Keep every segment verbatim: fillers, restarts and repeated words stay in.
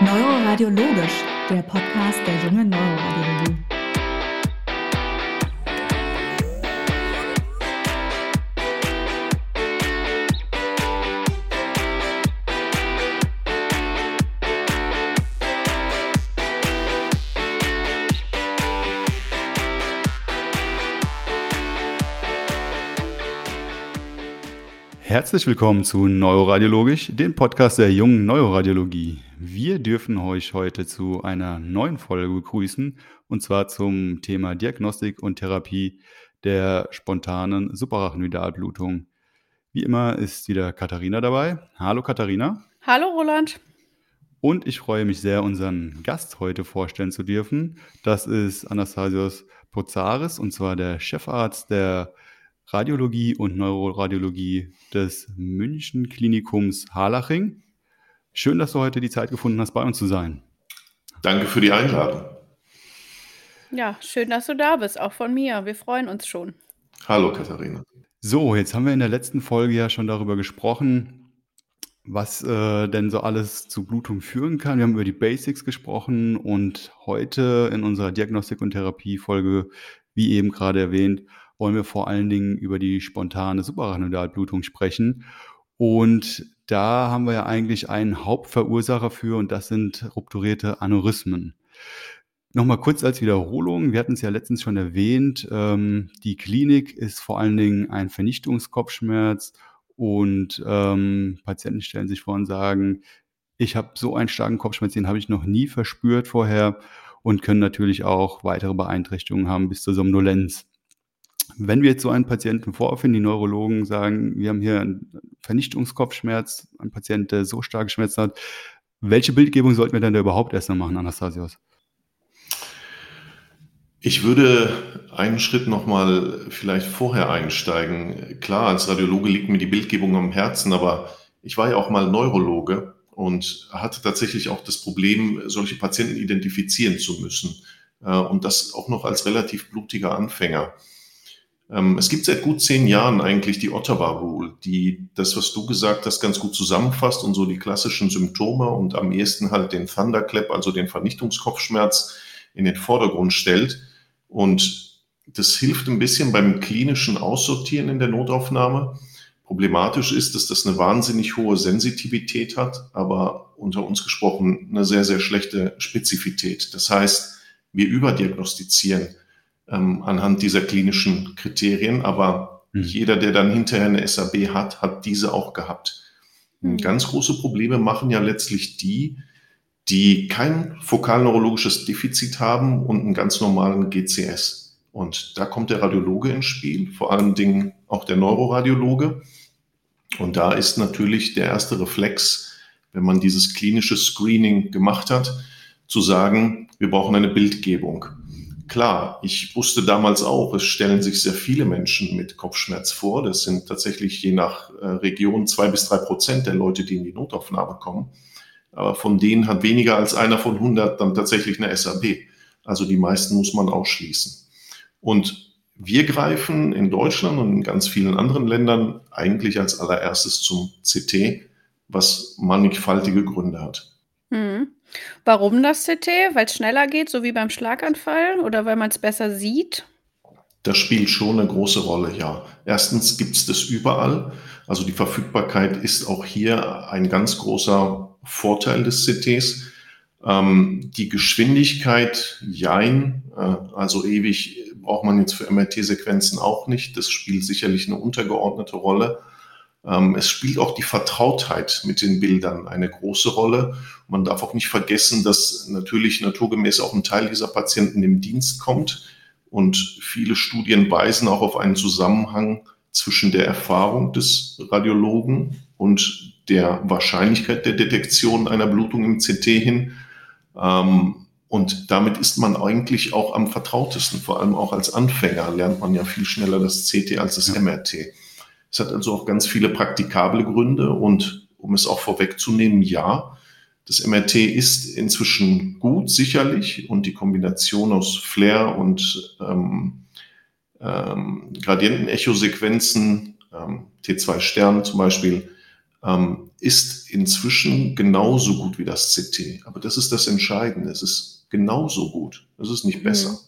Neuroradiologisch, der Podcast der jungen Neuroradiologie. Herzlich willkommen zu Neuroradiologisch, dem Podcast der jungen Neuroradiologie. Wir dürfen euch heute zu einer neuen Folge begrüßen, und zwar zum Thema Diagnostik und Therapie der spontanen Suprarachnoidalblutung. Wie immer ist wieder Katharina dabei. Hallo Katharina. Hallo Roland. Und ich freue mich sehr, unseren Gast heute vorstellen zu dürfen. Das ist Anastasios Pozaris, und zwar der Chefarzt der Radiologie und Neuroradiologie des München Klinikums Harlaching. Schön, dass du heute die Zeit gefunden hast, bei uns zu sein. Danke für die Einladung. Ja, schön, dass du da bist, auch von mir. Wir freuen uns schon. Hallo Katharina. So, jetzt haben wir in der letzten Folge ja schon darüber gesprochen, was äh, denn so alles zu Blutung führen kann. Wir haben über die Basics gesprochen und heute in unserer Diagnostik- und Therapie-Folge, wie eben gerade erwähnt, wollen wir vor allen Dingen über die spontane Suprarachnoidalblutung sprechen. Und da haben wir ja eigentlich einen Hauptverursacher für, und das sind rupturierte Aneurysmen. Nochmal kurz als Wiederholung, wir hatten es ja letztens schon erwähnt, ähm, die Klinik ist vor allen Dingen ein Vernichtungskopfschmerz, und ähm, Patienten stellen sich vor und sagen, ich habe so einen starken Kopfschmerz, den habe ich noch nie verspürt vorher, und können natürlich auch weitere Beeinträchtigungen haben bis zur Somnolenz. Wenn wir jetzt so einen Patienten vorfinden, die Neurologen sagen, wir haben hier einen Vernichtungskopfschmerz, ein Patient, der so starke Schmerzen hat, welche Bildgebung sollten wir denn da überhaupt erst noch machen, Anastasios? Ich würde einen Schritt nochmal vielleicht vorher einsteigen. Klar, als Radiologe liegt mir die Bildgebung am Herzen, aber ich war ja auch mal Neurologe und hatte tatsächlich auch das Problem, solche Patienten identifizieren zu müssen. Und das auch noch als relativ blutiger Anfänger. Es gibt seit gut zehn Jahren eigentlich die Ottawa Rule, die das, was du gesagt hast, ganz gut zusammenfasst und so die klassischen Symptome und am ehesten halt den Thunderclap, also den Vernichtungskopfschmerz, in den Vordergrund stellt. Und das hilft ein bisschen beim klinischen Aussortieren in der Notaufnahme. Problematisch ist, dass das eine wahnsinnig hohe Sensitivität hat, aber unter uns gesprochen eine sehr, sehr schlechte Spezifität. Das heißt, wir überdiagnostizieren ähm, anhand dieser klinischen Kriterien, aber hm. jeder, der dann hinterher eine S A B hat, hat diese auch gehabt. Hm. Ganz große Probleme machen ja letztlich die, die kein fokalneurologisches Defizit haben und einen ganz normalen G C S. Und da kommt der Radiologe ins Spiel, vor allen Dingen auch der Neuroradiologe. Und da ist natürlich der erste Reflex, wenn man dieses klinische Screening gemacht hat, zu sagen, wir brauchen eine Bildgebung. Klar, ich wusste damals auch, es stellen sich sehr viele Menschen mit Kopfschmerz vor. Das sind tatsächlich je nach äh, Region zwei bis drei Prozent der Leute, die in die Notaufnahme kommen. Aber von denen hat weniger als einer von hundert dann tatsächlich eine S A B. Also die meisten muss man ausschließen. Und wir greifen in Deutschland und in ganz vielen anderen Ländern eigentlich als allererstes zum C T, was mannigfaltige Gründe hat. Hm. Warum das C T? Weil es schneller geht, so wie beim Schlaganfall, oder weil man es besser sieht? Das spielt schon eine große Rolle, ja. Erstens gibt es das überall. Also die Verfügbarkeit ist auch hier ein ganz großer Vorteil des C Ts. Ähm, die Geschwindigkeit, jein, äh, also ewig braucht man jetzt für M R T-Sequenzen auch nicht. Das spielt sicherlich eine untergeordnete Rolle. Ähm, es spielt auch die Vertrautheit mit den Bildern eine große Rolle. Man darf auch nicht vergessen, dass natürlich naturgemäß auch ein Teil dieser Patienten im Dienst kommt. Und viele Studien weisen auch auf einen Zusammenhang zwischen der Erfahrung des Radiologen und der Wahrscheinlichkeit der Detektion einer Blutung im C T hin. Und damit ist man eigentlich auch am vertrautesten, vor allem auch als Anfänger lernt man ja viel schneller das C T als das ja. M R T. Es hat also auch ganz viele praktikable Gründe, und um es auch vorwegzunehmen, ja, das M R T ist inzwischen gut, sicherlich, und die Kombination aus Flair und ähm, ähm, Gradientenecho-Sequenzen, ähm, T zwei Stern zum Beispiel, ähm, ist inzwischen genauso gut wie das C T. Aber das ist das Entscheidende. Es ist genauso gut. Es ist nicht besser. Mhm.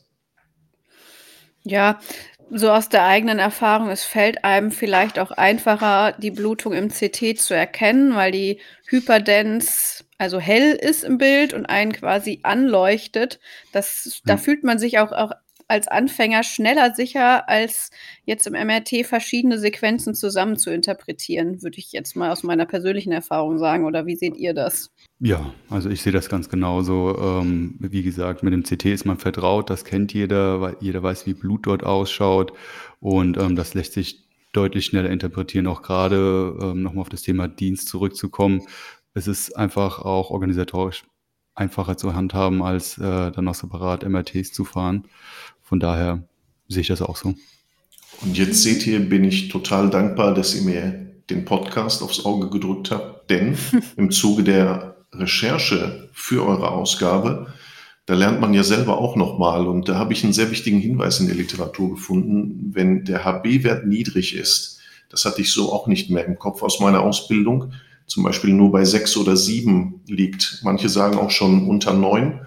Ja, so aus der eigenen Erfahrung, es fällt einem vielleicht auch einfacher, die Blutung im C T zu erkennen, weil die Hyperdenz, also hell ist im Bild und einen quasi anleuchtet. Das, da Ja. fühlt man sich auch, auch als Anfänger schneller sicher, als jetzt im M R T verschiedene Sequenzen zusammen zu interpretieren, würde ich jetzt mal aus meiner persönlichen Erfahrung sagen. Oder wie seht ihr das? Ja, also ich sehe das ganz genauso. Ähm, wie gesagt, mit dem C T ist man vertraut, das kennt jeder, weil jeder weiß, wie Blut dort ausschaut und ähm, das lässt sich deutlich schneller interpretieren. Auch gerade ähm, nochmal auf das Thema Dienst zurückzukommen. Es ist einfach auch organisatorisch einfacher zu handhaben, als äh, dann noch separat M R Ts zu fahren. Von daher sehe ich das auch so. Und jetzt seht ihr, bin ich total dankbar, dass ihr mir den Podcast aufs Auge gedrückt habt, denn im Zuge der Recherche für eure Ausgabe, da lernt man ja selber auch nochmal und da habe ich einen sehr wichtigen Hinweis in der Literatur gefunden, wenn der H B-Wert niedrig ist, das hatte ich so auch nicht mehr im Kopf aus meiner Ausbildung, zum Beispiel nur bei sechs oder sieben liegt, manche sagen auch schon unter neun,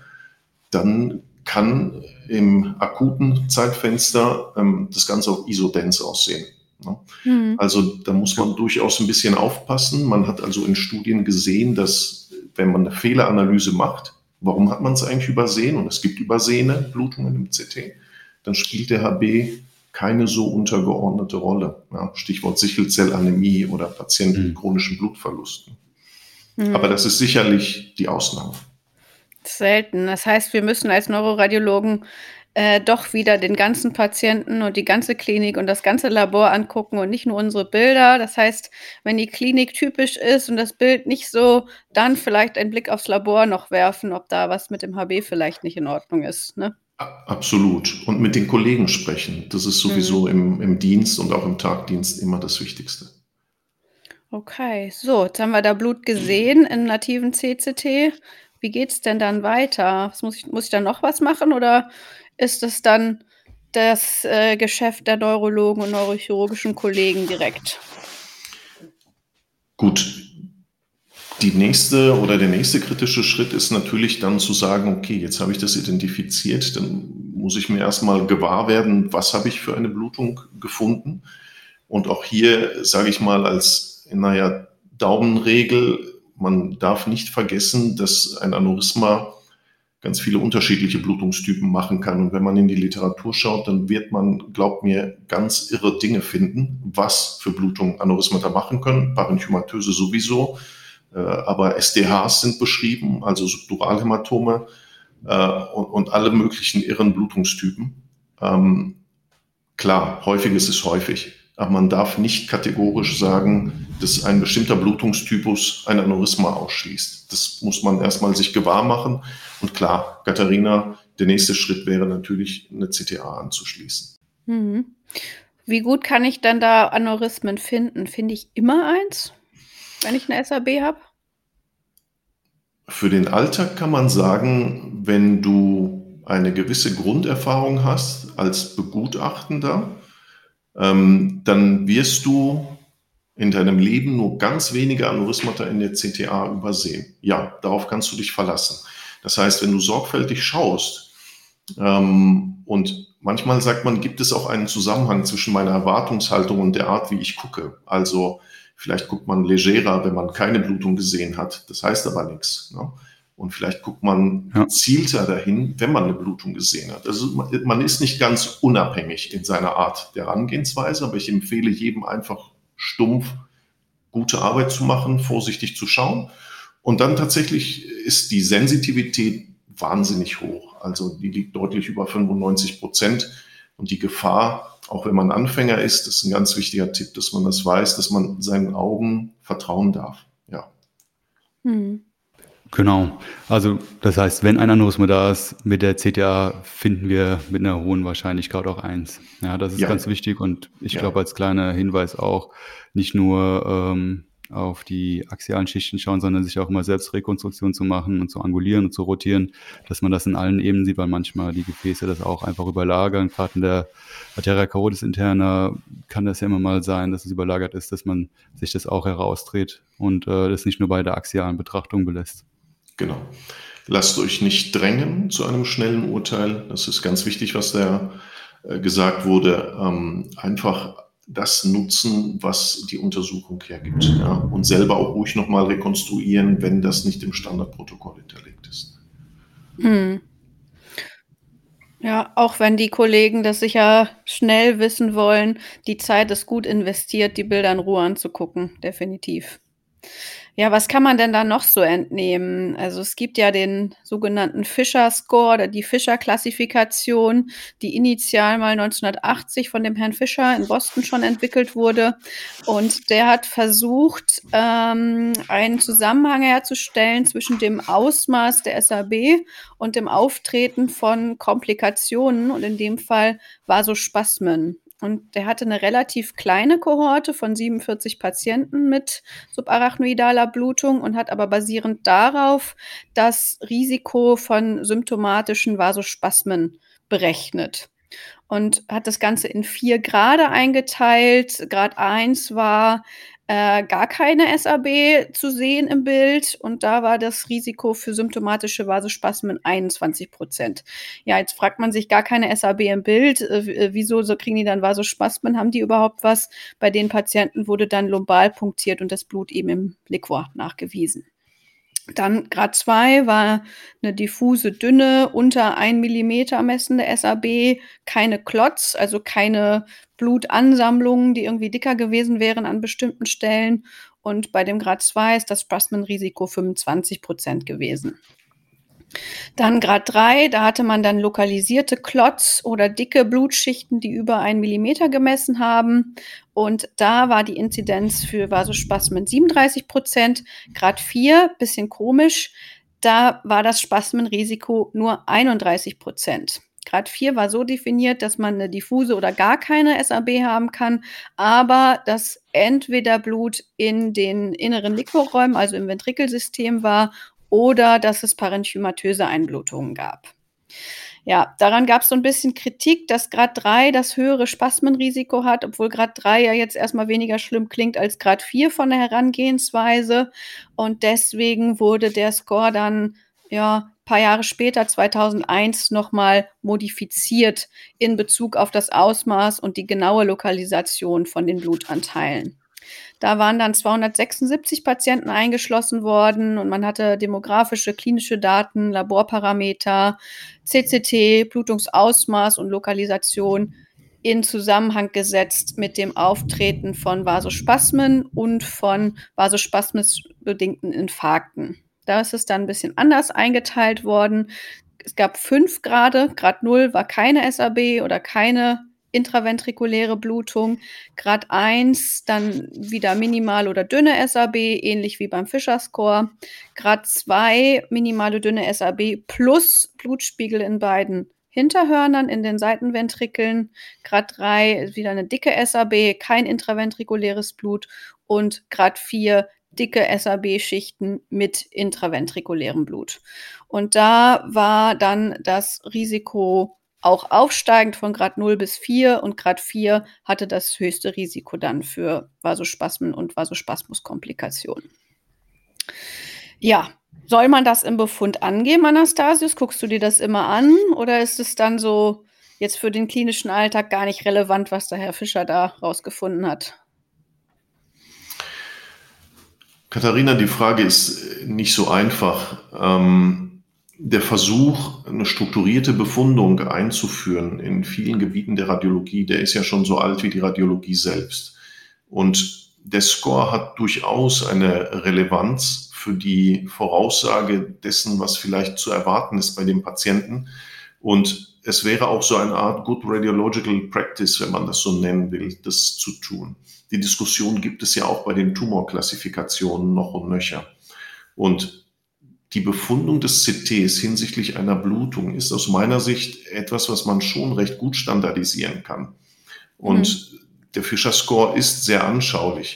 dann kann im akuten Zeitfenster ähm, das Ganze auch Isodenz aussehen. Ne? Mhm. Also da muss man durchaus ein bisschen aufpassen. Man hat also in Studien gesehen, dass wenn man eine Fehleranalyse macht, warum hat man es eigentlich übersehen? Und es gibt übersehene Blutungen im C T, dann spielt der H B keine so untergeordnete Rolle. Ja, Stichwort Sichelzellanämie oder Patienten mit Mhm. chronischen Blutverlusten. Mhm. Aber das ist sicherlich die Ausnahme. Selten. Das heißt, wir müssen als Neuroradiologen äh, doch wieder den ganzen Patienten und die ganze Klinik und das ganze Labor angucken und nicht nur unsere Bilder. Das heißt, wenn die Klinik typisch ist und das Bild nicht so, dann vielleicht einen Blick aufs Labor noch werfen, ob da was mit dem H B vielleicht nicht in Ordnung ist. Ne? A- Absolut. Und mit den Kollegen sprechen. Das ist sowieso im, im Dienst und auch im Tagdienst immer das Wichtigste. Okay, so, jetzt haben wir da Blut gesehen im nativen C C T. Wie geht's denn dann weiter? Was muss ich, muss ich da noch was machen oder ist es dann das äh, Geschäft der Neurologen und neurochirurgischen Kollegen direkt? Gut, die nächste oder der nächste kritische Schritt ist natürlich dann zu sagen, okay, jetzt habe ich das identifiziert, dann muss ich mir erstmal gewahr werden, was habe ich für eine Blutung gefunden. Und auch hier sage ich mal als, naja, Daumenregel, man darf nicht vergessen, dass ein Aneurysma ganz viele unterschiedliche Blutungstypen machen kann. Und wenn man in die Literatur schaut, dann wird man, glaubt mir, ganz irre Dinge finden, was für Blutungen Aneurysmata machen können. Parenchymatöse sowieso, äh, aber S D Hs sind beschrieben, also Subduralhämatome äh, und, und alle möglichen irren Blutungstypen. Ähm, klar, häufiges ist häufig, aber man darf nicht kategorisch sagen, dass ein bestimmter Blutungstypus ein Aneurysma ausschließt. Das muss man erstmal sich gewahr machen. Und klar, Katharina, der nächste Schritt wäre natürlich, eine C T A anzuschließen. Mhm. Wie gut kann ich dann da Aneurysmen finden? Finde ich immer eins, wenn ich eine S A B habe? Für den Alltag kann man sagen, wenn du eine gewisse Grunderfahrung hast als Begutachtender, ähm, dann wirst du in deinem Leben nur ganz wenige Aneurysmata in der C T A übersehen. Ja, darauf kannst du dich verlassen. Das heißt, wenn du sorgfältig schaust, ähm, und manchmal sagt man, gibt es auch einen Zusammenhang zwischen meiner Erwartungshaltung und der Art, wie ich gucke. Also vielleicht guckt man legerer, wenn man keine Blutung gesehen hat. Das heißt aber nichts. Ne? Und vielleicht guckt man Ja. gezielter dahin, wenn man eine Blutung gesehen hat. Also man, man ist nicht ganz unabhängig in seiner Art der Herangehensweise, aber ich empfehle jedem einfach stumpf gute Arbeit zu machen, vorsichtig zu schauen. Und dann tatsächlich ist die Sensitivität wahnsinnig hoch. Also die liegt deutlich über fünfundneunzig Prozent. Und die Gefahr, auch wenn man Anfänger ist, das ist ein ganz wichtiger Tipp, dass man das weiß, dass man seinen Augen vertrauen darf. Ja. Mhm. Genau. Also das heißt, wenn ein Aneurysma da ist, mit der C T A finden wir mit einer hohen Wahrscheinlichkeit auch eins. Ja, das ist Ja. ganz wichtig und ich Ja. glaube als kleiner Hinweis auch, nicht nur ähm, auf die axialen Schichten schauen, sondern sich auch immer selbst Rekonstruktion zu machen und zu angulieren und zu rotieren, dass man das in allen Ebenen sieht, weil manchmal die Gefäße das auch einfach überlagern. Gerade in der Arteria carotis interna kann das ja immer mal sein, dass es überlagert ist, dass man sich das auch herausdreht und äh, das nicht nur bei der axialen Betrachtung belässt. Genau. Lasst euch nicht drängen zu einem schnellen Urteil. Das ist ganz wichtig, was da äh, gesagt wurde. Ähm, einfach das nutzen, was die Untersuchung hergibt. Ja? Und selber auch ruhig nochmal rekonstruieren, wenn das nicht im Standardprotokoll hinterlegt ist. Hm. Ja, auch wenn die Kollegen das sicher schnell wissen wollen, die Zeit ist gut investiert, die Bilder in Ruhe anzugucken, definitiv. Ja, was kann man denn da noch so entnehmen? Also es gibt ja den sogenannten Fisher-Score oder die Fisher-Klassifikation, die initial mal neunzehnhundertachtzig von dem Herrn Fisher in Boston schon entwickelt wurde. Und der hat versucht, ähm, einen Zusammenhang herzustellen zwischen dem Ausmaß der S A B und dem Auftreten von Komplikationen und in dem Fall Vasospasmen. Und der hatte eine relativ kleine Kohorte von siebenundvierzig Patienten mit subarachnoidaler Blutung und hat aber basierend darauf das Risiko von symptomatischen Vasospasmen berechnet. Und hat das Ganze in vier Grade eingeteilt. Grad eins war äh, gar keine S A B zu sehen im Bild und da war das Risiko für symptomatische Vasospasmen einundzwanzig Prozent. Ja, jetzt fragt man sich, gar keine S A B im Bild, äh, wieso so kriegen die dann Vasospasmen, haben die überhaupt was? Bei den Patienten wurde dann lumbal punktiert und das Blut eben im Liquor nachgewiesen. Dann Grad zwei war eine diffuse, dünne, unter ein Millimeter messende S A B, keine Klotz, also keine Blutansammlungen, die irgendwie dicker gewesen wären an bestimmten Stellen. Und bei dem Grad zwei ist das Spasmenrisiko fünfundzwanzig Prozent gewesen. Dann Grad drei, da hatte man dann lokalisierte Klotz oder dicke Blutschichten, die über einen Millimeter gemessen haben. Und da war die Inzidenz für Vasospasmen siebenunddreißig Prozent. Grad vier, bisschen komisch, da war das Spasmenrisiko nur einunddreißig Prozent. Grad vier war so definiert, dass man eine diffuse oder gar keine S A B haben kann, aber dass entweder Blut in den inneren Liquorräumen, also im Ventrikelsystem war, oder dass es parenchymatöse Einblutungen gab. Ja, daran gab es so ein bisschen Kritik, dass Grad drei das höhere Spasmenrisiko hat, obwohl Grad drei ja jetzt erstmal weniger schlimm klingt als Grad vier von der Herangehensweise. Und deswegen wurde der Score dann ja ein paar Jahre später, zweitausendeins, nochmal modifiziert in Bezug auf das Ausmaß und die genaue Lokalisation von den Blutanteilen. Da waren dann zweihundertsechsundsiebzig Patienten eingeschlossen worden und man hatte demografische, klinische Daten, Laborparameter, C C T, Blutungsausmaß und Lokalisation in Zusammenhang gesetzt mit dem Auftreten von Vasospasmen und von vasospasmusbedingten Infarkten. Da ist es dann ein bisschen anders eingeteilt worden. Es gab fünf Grade. Grad null war keine S A B oder keine intraventrikuläre Blutung. Grad eins, dann wieder minimal oder dünne S A B, ähnlich wie beim Fisher-Score. Grad zwei, minimale dünne S A B plus Blutspiegel in beiden Hinterhörnern in den Seitenventrikeln. Grad drei, wieder eine dicke S A B, kein intraventrikuläres Blut. Und Grad vier, dicke S A B-Schichten mit intraventrikulärem Blut. Und da war dann das Risiko auch aufsteigend von Grad null bis vier und Grad vier hatte das höchste Risiko dann für Vasospasmen und Vasospasmuskomplikationen. Ja, soll man das im Befund angeben, Anastasius? Guckst du dir das immer an oder ist es dann so jetzt für den klinischen Alltag gar nicht relevant, was der Herr Fischer da rausgefunden hat? Katharina, die Frage ist nicht so einfach. Ähm Der Versuch, eine strukturierte Befundung einzuführen in vielen Gebieten der Radiologie, der ist ja schon so alt wie die Radiologie selbst. Und der Score hat durchaus eine Relevanz für die Voraussage dessen, was vielleicht zu erwarten ist bei dem Patienten. Und es wäre auch so eine Art Good Radiological Practice, wenn man das so nennen will, das zu tun. Die Diskussion gibt es ja auch bei den Tumorklassifikationen noch und nöcher. Und die Befundung des C Ts hinsichtlich einer Blutung ist aus meiner Sicht etwas, was man schon recht gut standardisieren kann. Und mhm. der Fisher-Score ist sehr anschaulich.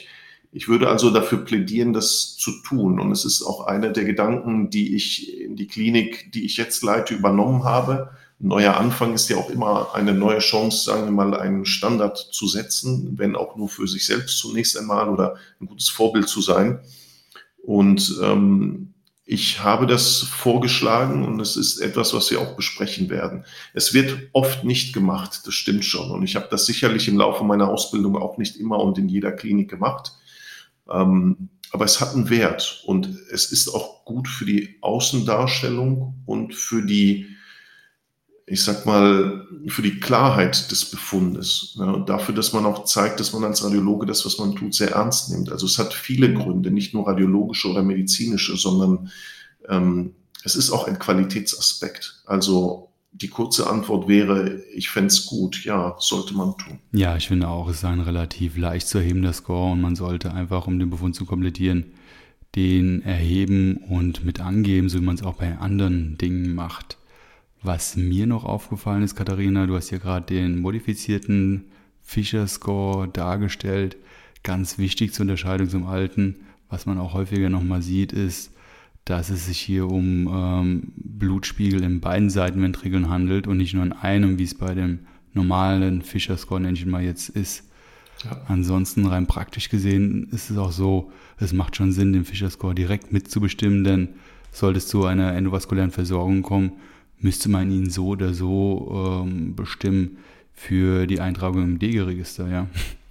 Ich würde also dafür plädieren, das zu tun. Und es ist auch einer der Gedanken, die ich in die Klinik, die ich jetzt leite, übernommen habe. Ein neuer Anfang ist ja auch immer eine neue Chance, sagen wir mal, einen Standard zu setzen, wenn auch nur für sich selbst zunächst einmal oder ein gutes Vorbild zu sein. Und ähm, ich habe das vorgeschlagen und es ist etwas, was wir auch besprechen werden. Es wird oft nicht gemacht, das stimmt schon. Und ich habe das sicherlich im Laufe meiner Ausbildung auch nicht immer und in jeder Klinik gemacht. Ähm, aber es hat einen Wert und es ist auch gut für die Außendarstellung und für die, ich sag mal, für die Klarheit des Befundes. Ja, und dafür, dass man auch zeigt, dass man als Radiologe das, was man tut, sehr ernst nimmt. Also es hat viele Gründe, nicht nur radiologische oder medizinische, sondern ähm, es ist auch ein Qualitätsaspekt. Also die kurze Antwort wäre, ich fände es gut, ja, sollte man tun. Ja, ich finde auch, es ist ein relativ leicht zu erhebender Score und man sollte einfach, um den Befund zu komplettieren, den erheben und mit angeben, so wie man es auch bei anderen Dingen macht. Was mir noch aufgefallen ist, Katharina, du hast ja gerade den modifizierten Fisher-Score dargestellt. Ganz wichtig zur Unterscheidung zum alten, was man auch häufiger nochmal sieht, ist, dass es sich hier um ähm, Blutspiegel in beiden Seitenventrikeln handelt und nicht nur in einem, wie es bei dem normalen Fisher-Score, nenne ich ihn mal jetzt, ist. Ja. Ansonsten rein praktisch gesehen ist es auch so, es macht schon Sinn, den Fisher-Score direkt mitzubestimmen, denn sollte es zu einer endovaskulären Versorgung kommen, müsste man ihn so oder so ähm, bestimmen für die Eintragung im D E G E-Register, ja.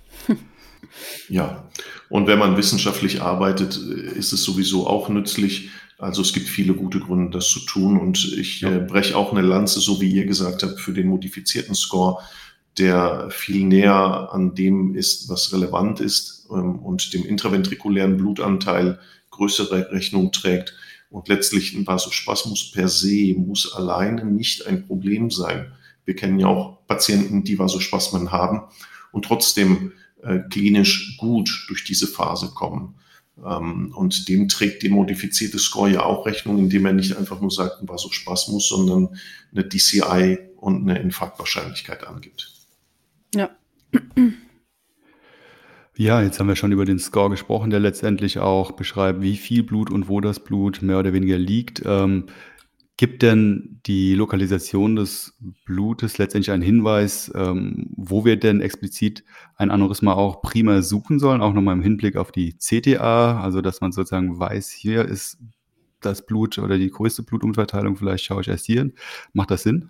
Ja, und wenn man wissenschaftlich arbeitet, ist es sowieso auch nützlich. Also es gibt viele gute Gründe, das zu tun. Und ich ja. äh, breche auch eine Lanze, so wie ihr gesagt habt, für den modifizierten Score, der viel näher an dem ist, was relevant ist ähm, und dem intraventrikulären Blutanteil größere Rechnung trägt. Und letztlich ein Vasospasmus per se muss alleine nicht ein Problem sein. Wir kennen ja auch Patienten, die Vasospasmen haben und trotzdem äh, klinisch gut durch diese Phase kommen. Ähm, und dem trägt der modifizierte Score ja auch Rechnung, indem er nicht einfach nur sagt, ein Vasospasmus, sondern eine D C I und eine Infarktwahrscheinlichkeit angibt. Ja. Ja, jetzt haben wir schon über den Score gesprochen, der letztendlich auch beschreibt, wie viel Blut und wo das Blut mehr oder weniger liegt. Ähm, gibt denn die Lokalisation des Blutes letztendlich einen Hinweis, ähm, wo wir denn explizit ein Aneurysma auch primär suchen sollen, auch nochmal im Hinblick auf die C T A, also dass man sozusagen weiß, hier ist das Blut oder die größte Blutumverteilung, vielleicht schaue ich erst hier hin. Macht das Sinn?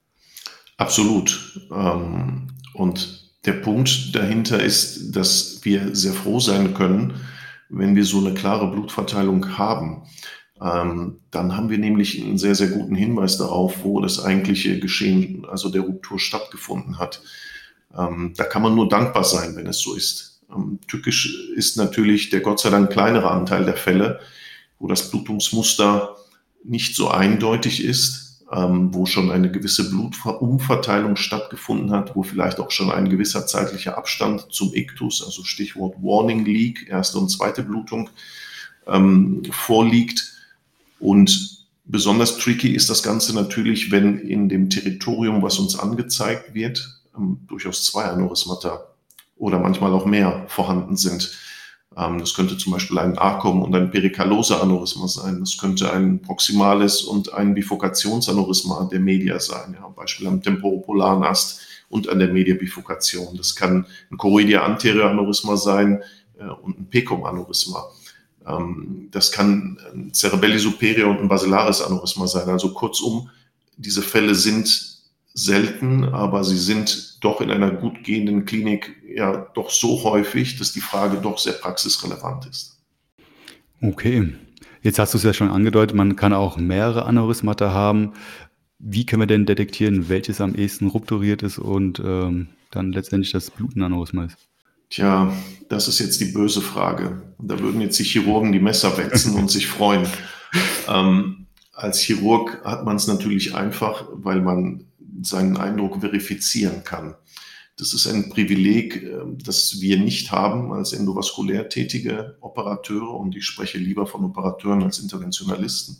Absolut. Ähm, und der Punkt dahinter ist, dass wir sehr froh sein können, wenn wir so eine klare Blutverteilung haben. Ähm, dann haben wir nämlich einen sehr, sehr guten Hinweis darauf, wo das eigentliche Geschehen, also der Ruptur, stattgefunden hat. Ähm, da kann man nur dankbar sein, wenn es so ist. Ähm, tückisch ist natürlich der Gott sei Dank kleinere Anteil der Fälle, wo das Blutungsmuster nicht so eindeutig ist, ähm, wo schon eine gewisse Blutumverteilung stattgefunden hat, wo vielleicht auch schon ein gewisser zeitlicher Abstand zum Iktus, also Stichwort Warning Leak, erste und zweite Blutung, ähm, vorliegt. Und besonders tricky ist das Ganze natürlich, wenn in dem Territorium, was uns angezeigt wird, ähm, durchaus zwei Aneurysmata oder manchmal auch mehr vorhanden sind. Ähm, das könnte zum Beispiel ein Arkom und ein Perikarlose-Aneurysma sein. Das könnte ein proximales und ein Bifurkationsaneurysma der Media sein. Ja, Beispiel am temporopolaren Ast und an der Mediabifurkation. Das kann ein Choroidia-Anterior-Aneurysma sein äh, und ein Pecum-Aneurysma. Ähm, das kann ein Cerebelli superior und ein basilares Aneurysma sein. Also kurzum, diese Fälle sind selten, aber sie sind doch in einer gut gehenden Klinik ja doch so häufig, dass die Frage doch sehr praxisrelevant ist. Okay, jetzt hast du es ja schon angedeutet, man kann auch mehrere Aneurysmata haben. Wie können wir denn detektieren, welches am ehesten rupturiert ist und ähm, dann letztendlich das Blutenaneurysma ist? Tja, das ist jetzt die böse Frage. Da würden jetzt die Chirurgen die Messer wetzen und sich freuen. Ähm, als Chirurg hat man es natürlich einfach, weil man seinen Eindruck verifizieren kann. Das ist ein Privileg, das wir nicht haben als endovaskulär tätige Operateure, und ich spreche lieber von Operateuren als Interventionalisten.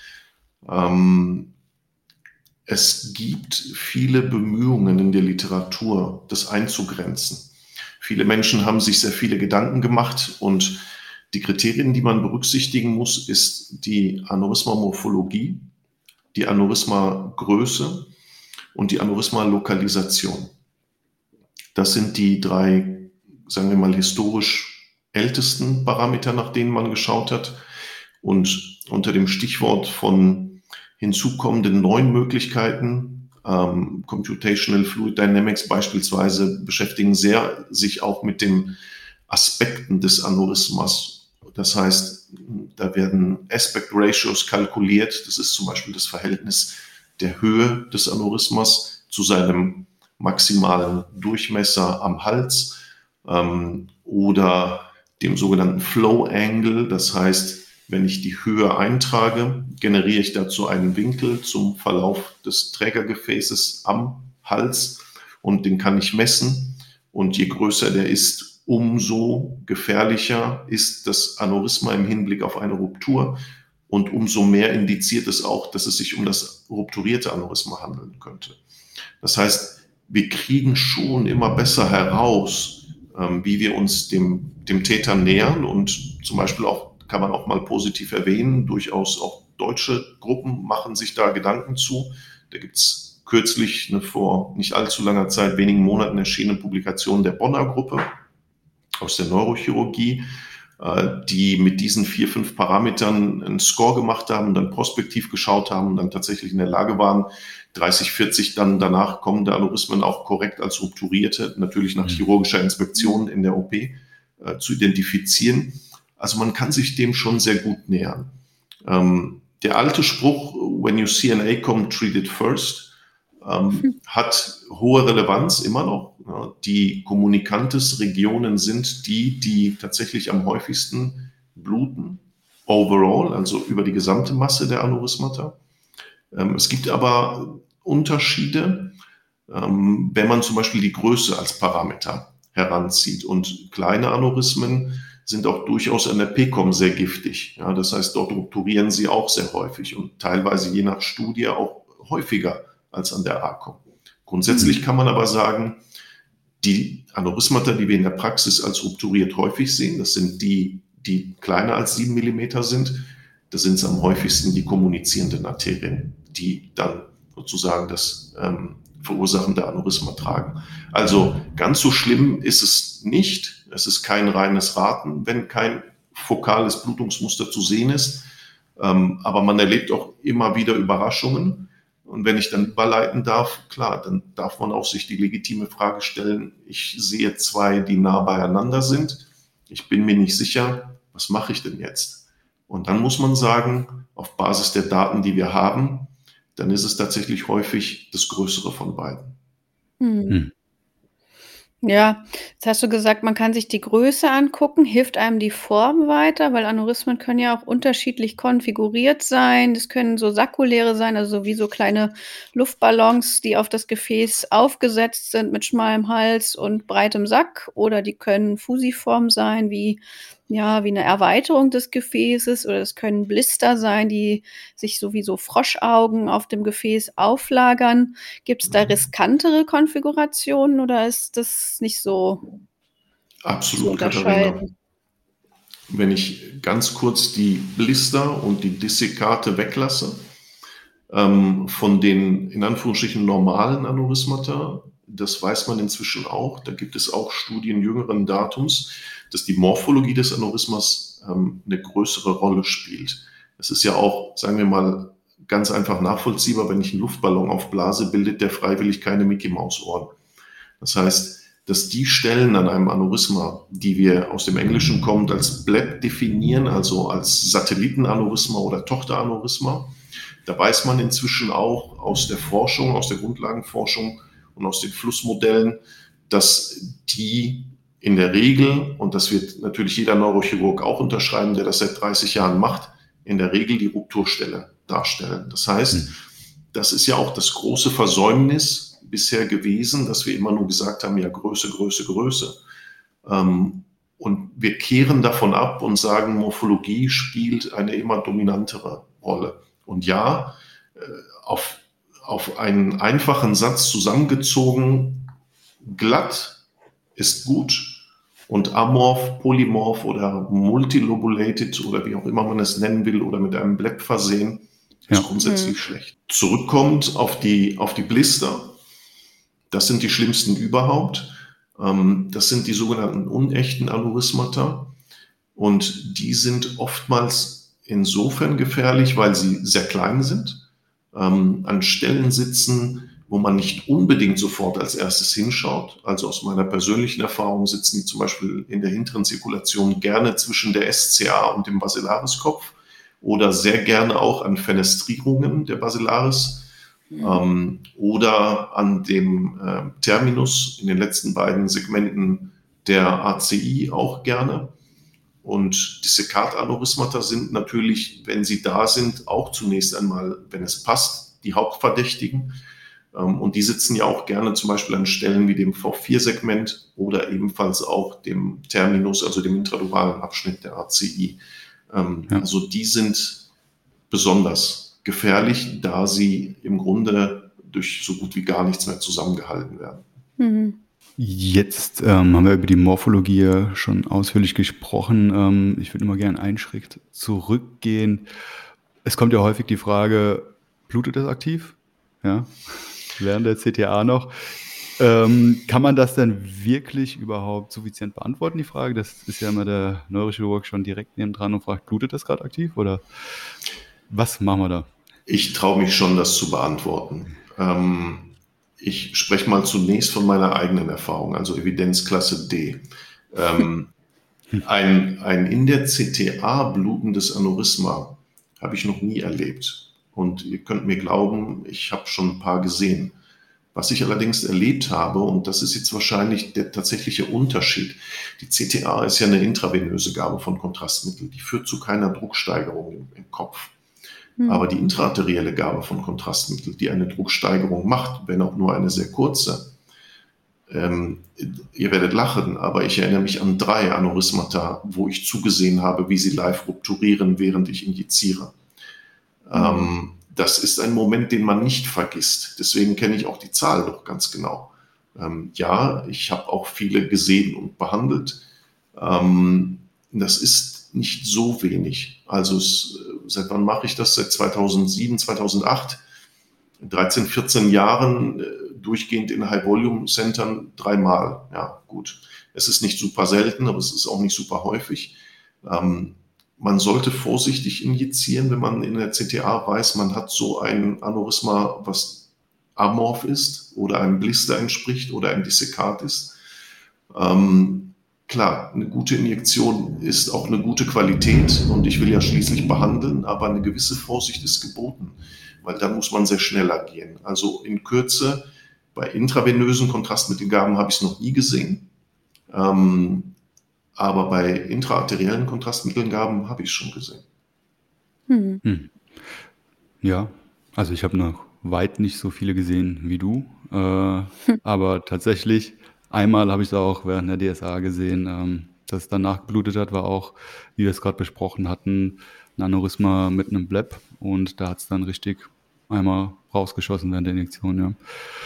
Ähm, es gibt viele Bemühungen in der Literatur, das einzugrenzen. Viele Menschen haben sich sehr viele Gedanken gemacht und die Kriterien, die man berücksichtigen muss, ist die Aneurysma-Morphologie, die Aneurysma-Größe und die Aneurysma-Lokalisation. Das sind die drei, sagen wir mal, historisch ältesten Parameter, nach denen man geschaut hat. Und unter dem Stichwort von hinzukommenden neuen Möglichkeiten, ähm, Computational Fluid Dynamics beispielsweise, beschäftigen sehr sich auch mit den Aspekten des Aneurysmas. Das heißt, da werden Aspect Ratios kalkuliert. Das ist zum Beispiel das Verhältnis der Höhe des Aneurysmas zu seinem maximalen Durchmesser am Hals ähm, oder dem sogenannten Flow Angle. Das heißt, wenn ich die Höhe eintrage, generiere ich dazu einen Winkel zum Verlauf des Trägergefäßes am Hals und den kann ich messen. Und je größer der ist, umso gefährlicher ist das Aneurysma im Hinblick auf eine Ruptur und umso mehr indiziert es auch, dass es sich um das rupturierte Aneurysma handeln könnte. Das heißt, wir kriegen schon immer besser heraus, ähm, wie wir uns dem, dem Täter nähern und zum Beispiel auch, kann man auch mal positiv erwähnen, durchaus auch deutsche Gruppen machen sich da Gedanken zu. Da gibt es kürzlich eine vor nicht allzu langer Zeit, wenigen Monaten erschienene Publikation der Bonner Gruppe aus der Neurochirurgie, die mit diesen vier, fünf Parametern einen Score gemacht haben, dann prospektiv geschaut haben und dann tatsächlich in der Lage waren, dreißig, vierzig dann danach kommende Aneurysmen auch korrekt als rupturierte, natürlich nach chirurgischer Inspektion in der O P, äh, zu identifizieren. Also man kann sich dem schon sehr gut nähern. Ähm, der alte Spruch, when you see an A C O M, treat it first, ähm, hat hohe Relevanz immer noch. Ja, die Communicantes-Regionen sind die, die tatsächlich am häufigsten bluten, overall, also über die gesamte Masse der Aneurysmata. Ähm, es gibt aber Unterschiede, ähm, wenn man zum Beispiel die Größe als Parameter heranzieht. Und kleine Aneurysmen sind auch durchaus an der P C O M sehr giftig. Ja, das heißt, dort rupturieren sie auch sehr häufig und teilweise je nach Studie auch häufiger als an der A C O M. Grundsätzlich kann man aber sagen, die Aneurysmata, die wir in der Praxis als rupturiert häufig sehen, das sind die, die kleiner als sieben Millimeter sind. Das sind am häufigsten die kommunizierenden Arterien, die dann sozusagen das ähm, verursachende Aneurysma tragen. Also ganz so schlimm ist es nicht. Es ist kein reines Raten, wenn kein fokales Blutungsmuster zu sehen ist. Ähm, aber man erlebt auch immer wieder Überraschungen. Und wenn ich dann überleiten darf, klar, dann darf man auch sich die legitime Frage stellen, ich sehe zwei, die nah beieinander sind. Ich bin mir nicht sicher, was mache ich denn jetzt? Und dann muss man sagen, auf Basis der Daten, die wir haben, dann ist es tatsächlich häufig das Größere von beiden. Hm. Hm. Ja, jetzt hast du gesagt, man kann sich die Größe angucken. Hilft einem die Form weiter? Weil Aneurysmen können ja auch unterschiedlich konfiguriert sein. Das können so sakkuläre sein, also wie so kleine Luftballons, die auf das Gefäß aufgesetzt sind mit schmalem Hals und breitem Sack. Oder die können fusiform sein, wie, ja, wie eine Erweiterung des Gefäßes. Oder es können Blister sein, die sich so wie so Froschaugen auf dem Gefäß auflagern. Gibt es da riskantere Konfigurationen oder ist das nicht so zu Absolut, Katharina. unterscheiden? Wenn ich ganz kurz die Blister und die Dissekate weglasse, ähm, von den in Anführungsstrichen normalen Aneurysmata, das weiß man inzwischen auch, da gibt es auch Studien jüngeren Datums, dass die Morphologie des Aneurysmas ähm, eine größere Rolle spielt. Es ist ja auch, sagen wir mal, ganz einfach nachvollziehbar, wenn ich einen Luftballon aufblase, bildet der freiwillig keine Mickey-Maus-Ohren. Das heißt, dass die Stellen an einem Aneurysma, die wir aus dem Englischen kommend als B L E P definieren, also als Satellitenaneurysma oder Tochteraneurysma, da weiß man inzwischen auch aus der Forschung, aus der Grundlagenforschung und aus den Flussmodellen, dass die in der Regel, und das wird natürlich jeder Neurochirurg auch unterschreiben, der das seit dreißig Jahren macht, in der Regel die Rupturstelle darstellen. Das heißt, das ist ja auch das große Versäumnis bisher gewesen, dass wir immer nur gesagt haben, ja, Größe, Größe, Größe. Ähm, und wir kehren davon ab und sagen, Morphologie spielt eine immer dominantere Rolle. Und ja, äh, auf, auf einen einfachen Satz zusammengezogen, glatt ist gut, Und amorph, polymorph oder multilobulated oder wie auch immer man es nennen will oder mit einem Bleb versehen, ist Ja. grundsätzlich Mhm. schlecht. Zurückkommt auf die, auf die Blister. Das sind die schlimmsten überhaupt. Ähm, das sind die sogenannten unechten Aneurysmata. Und die sind oftmals insofern gefährlich, weil sie sehr klein sind, ähm, an Stellen sitzen, wo man nicht unbedingt sofort als erstes hinschaut. Also aus meiner persönlichen Erfahrung sitzen die zum Beispiel in der hinteren Zirkulation gerne zwischen der S C A und dem Basilariskopf oder sehr gerne auch an Fenestrierungen der Basilaris ähm, oder an dem äh, Terminus in den letzten beiden Segmenten der A C I auch gerne. Und die Dissekat-Aneurysmata sind natürlich, wenn sie da sind, auch zunächst einmal, wenn es passt, die Hauptverdächtigen. Ähm, und die sitzen ja auch gerne zum Beispiel an Stellen wie dem V vier Segment oder ebenfalls auch dem Terminus, also dem intraduralen Abschnitt der A C I. Ähm, Ja. Also die sind besonders gefährlich, da sie im Grunde durch so gut wie gar nichts mehr zusammengehalten werden. Mhm. Jetzt ähm, haben wir über die Morphologie ja schon ausführlich gesprochen. Ähm, ich würde immer gerne einen Schritt zurückgehen. Es kommt ja häufig die Frage, blutet das aktiv? Ja, während der C T A noch. Ähm, kann man das denn wirklich überhaupt suffizient beantworten, die Frage? Das ist ja immer der Neurochirurg schon direkt nebendran und fragt, blutet das gerade aktiv? Oder was machen wir da? Ich traue mich schon, das zu beantworten. Ähm, ich spreche mal zunächst von meiner eigenen Erfahrung, also Evidenzklasse D. Ähm, ein, ein in der C T A blutendes Aneurysma habe ich noch nie erlebt. Und ihr könnt mir glauben, ich habe schon ein paar gesehen. Was ich allerdings erlebt habe, und das ist jetzt wahrscheinlich der tatsächliche Unterschied, die C T A ist ja eine intravenöse Gabe von Kontrastmittel, die führt zu keiner Drucksteigerung im, im Kopf. Aber die intraarterielle Gabe von Kontrastmittel, die eine Drucksteigerung macht, wenn auch nur eine sehr kurze, ähm, ihr werdet lachen, aber ich erinnere mich an drei Aneurysmata, wo ich zugesehen habe, wie sie live rupturieren, während ich injiziere. Mhm. Ähm, das ist ein Moment, den man nicht vergisst. Deswegen kenne ich auch die Zahl noch ganz genau. Ähm, ja, ich habe auch viele gesehen und behandelt. Ähm, das ist nicht so wenig. Also es, seit wann mache ich das? Seit zweitausendsieben, zweitausendacht. In dreizehn, vierzehn Jahren äh, durchgehend in High-Volume-Centern dreimal. Ja, gut. Es ist nicht super selten, aber es ist auch nicht super häufig. Ähm, man sollte vorsichtig injizieren, wenn man in der C T A weiß, man hat so ein Aneurysma, was amorph ist oder einem Blister entspricht oder ein Dissekat ist. Ähm, klar, eine gute Injektion ist auch eine gute Qualität und ich will ja schließlich behandeln, aber eine gewisse Vorsicht ist geboten, weil dann muss man sehr schnell agieren. Also in Kürze, bei intravenösen Kontrastmittelgaben habe ich es noch nie gesehen, ähm, aber bei intraarteriellen Kontrastmittelgaben habe ich es schon gesehen. Mhm. Hm. Ja, also ich habe noch weit nicht so viele gesehen wie du, äh, aber tatsächlich einmal habe ich es auch während der D S A gesehen, ähm, dass es danach geblutet hat, war auch, wie wir es gerade besprochen hatten, ein Aneurysma mit einem Bleb und da hat es dann richtig einmal rausgeschossen während der Injektion, ja.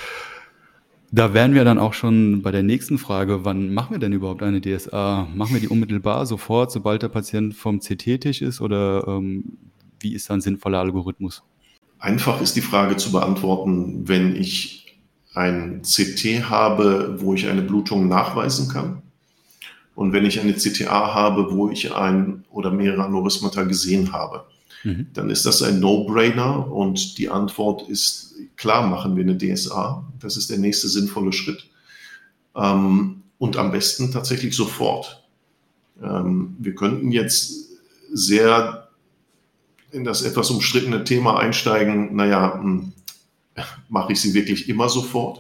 Da wären wir dann auch schon bei der nächsten Frage, wann machen wir denn überhaupt eine D S A? Machen wir die unmittelbar, sofort, sobald der Patient vom C T-Tisch ist oder ähm, wie ist da ein sinnvoller Algorithmus? Einfach ist die Frage zu beantworten, wenn ich ein C T habe, wo ich eine Blutung nachweisen kann und wenn ich eine C T A habe, wo ich ein oder mehrere Aneurysmata gesehen habe. Mhm. Dann ist das ein No-Brainer und die Antwort ist, klar machen wir eine D S A. Das ist der nächste sinnvolle Schritt. Ähm, und am besten tatsächlich sofort. Ähm, wir könnten jetzt sehr in das etwas umstrittene Thema einsteigen, naja, mache ich sie wirklich immer sofort?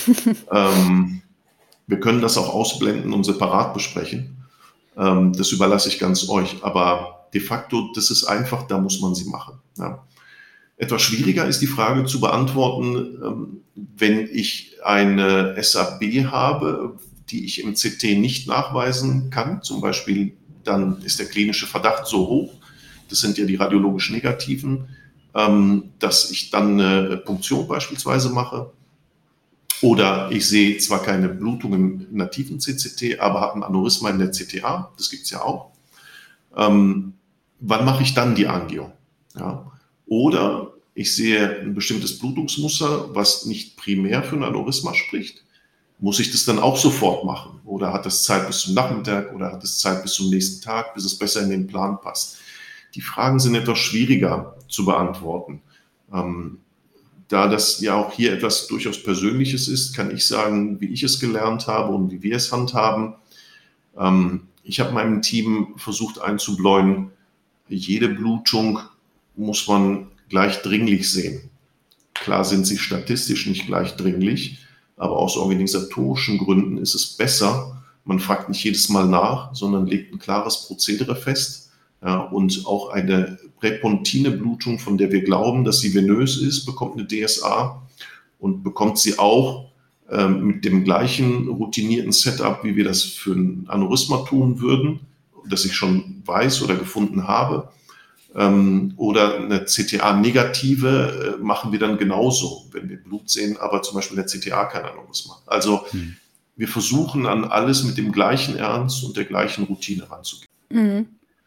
ähm, wir können das auch ausblenden und separat besprechen. Ähm, das überlasse ich ganz euch. Aber de facto, das ist einfach, da muss man sie machen. Ja. Etwas schwieriger ist die Frage zu beantworten, ähm, wenn ich eine S A B habe, die ich im C T nicht nachweisen kann. Zum Beispiel, dann ist der klinische Verdacht so hoch, das sind ja die radiologisch Negativen, ähm, dass ich dann eine Punktion beispielsweise mache. Oder ich sehe zwar keine Blutung im nativen C C T, aber habe ein Aneurysma in der C T A, das gibt es ja auch. Ähm, wann mache ich dann die Angio? Ja? Oder ich sehe ein bestimmtes Blutungsmuster, was nicht primär für ein Aneurysma spricht. Muss ich das dann auch sofort machen? Oder hat es Zeit bis zum Nachmittag oder hat es Zeit bis zum nächsten Tag, bis es besser in den Plan passt? Die Fragen sind etwas schwieriger zu beantworten. Ähm, Da das ja auch hier etwas durchaus Persönliches ist, kann ich sagen, wie ich es gelernt habe und wie wir es handhaben. Ähm, ich habe meinem Team versucht einzubläuen, jede Blutung muss man gleich dringlich sehen. Klar sind sie statistisch nicht gleich dringlich, aber aus organisatorischen Gründen ist es besser, man fragt nicht jedes Mal nach, sondern legt ein klares Prozedere fest. Ja, und auch eine präpontine Blutung, von der wir glauben, dass sie venös ist, bekommt eine D S A und bekommt sie auch ähm, mit dem gleichen routinierten Setup, wie wir das für ein Aneurysma tun würden, das ich schon weiß oder gefunden habe. Ähm, oder eine C T A-negative äh, machen wir dann genauso, wenn wir Blut sehen, aber zum Beispiel in der C T A kein Aneurysma. Also hm. wir versuchen an alles mit dem gleichen Ernst und der gleichen Routine ranzugehen. Mhm.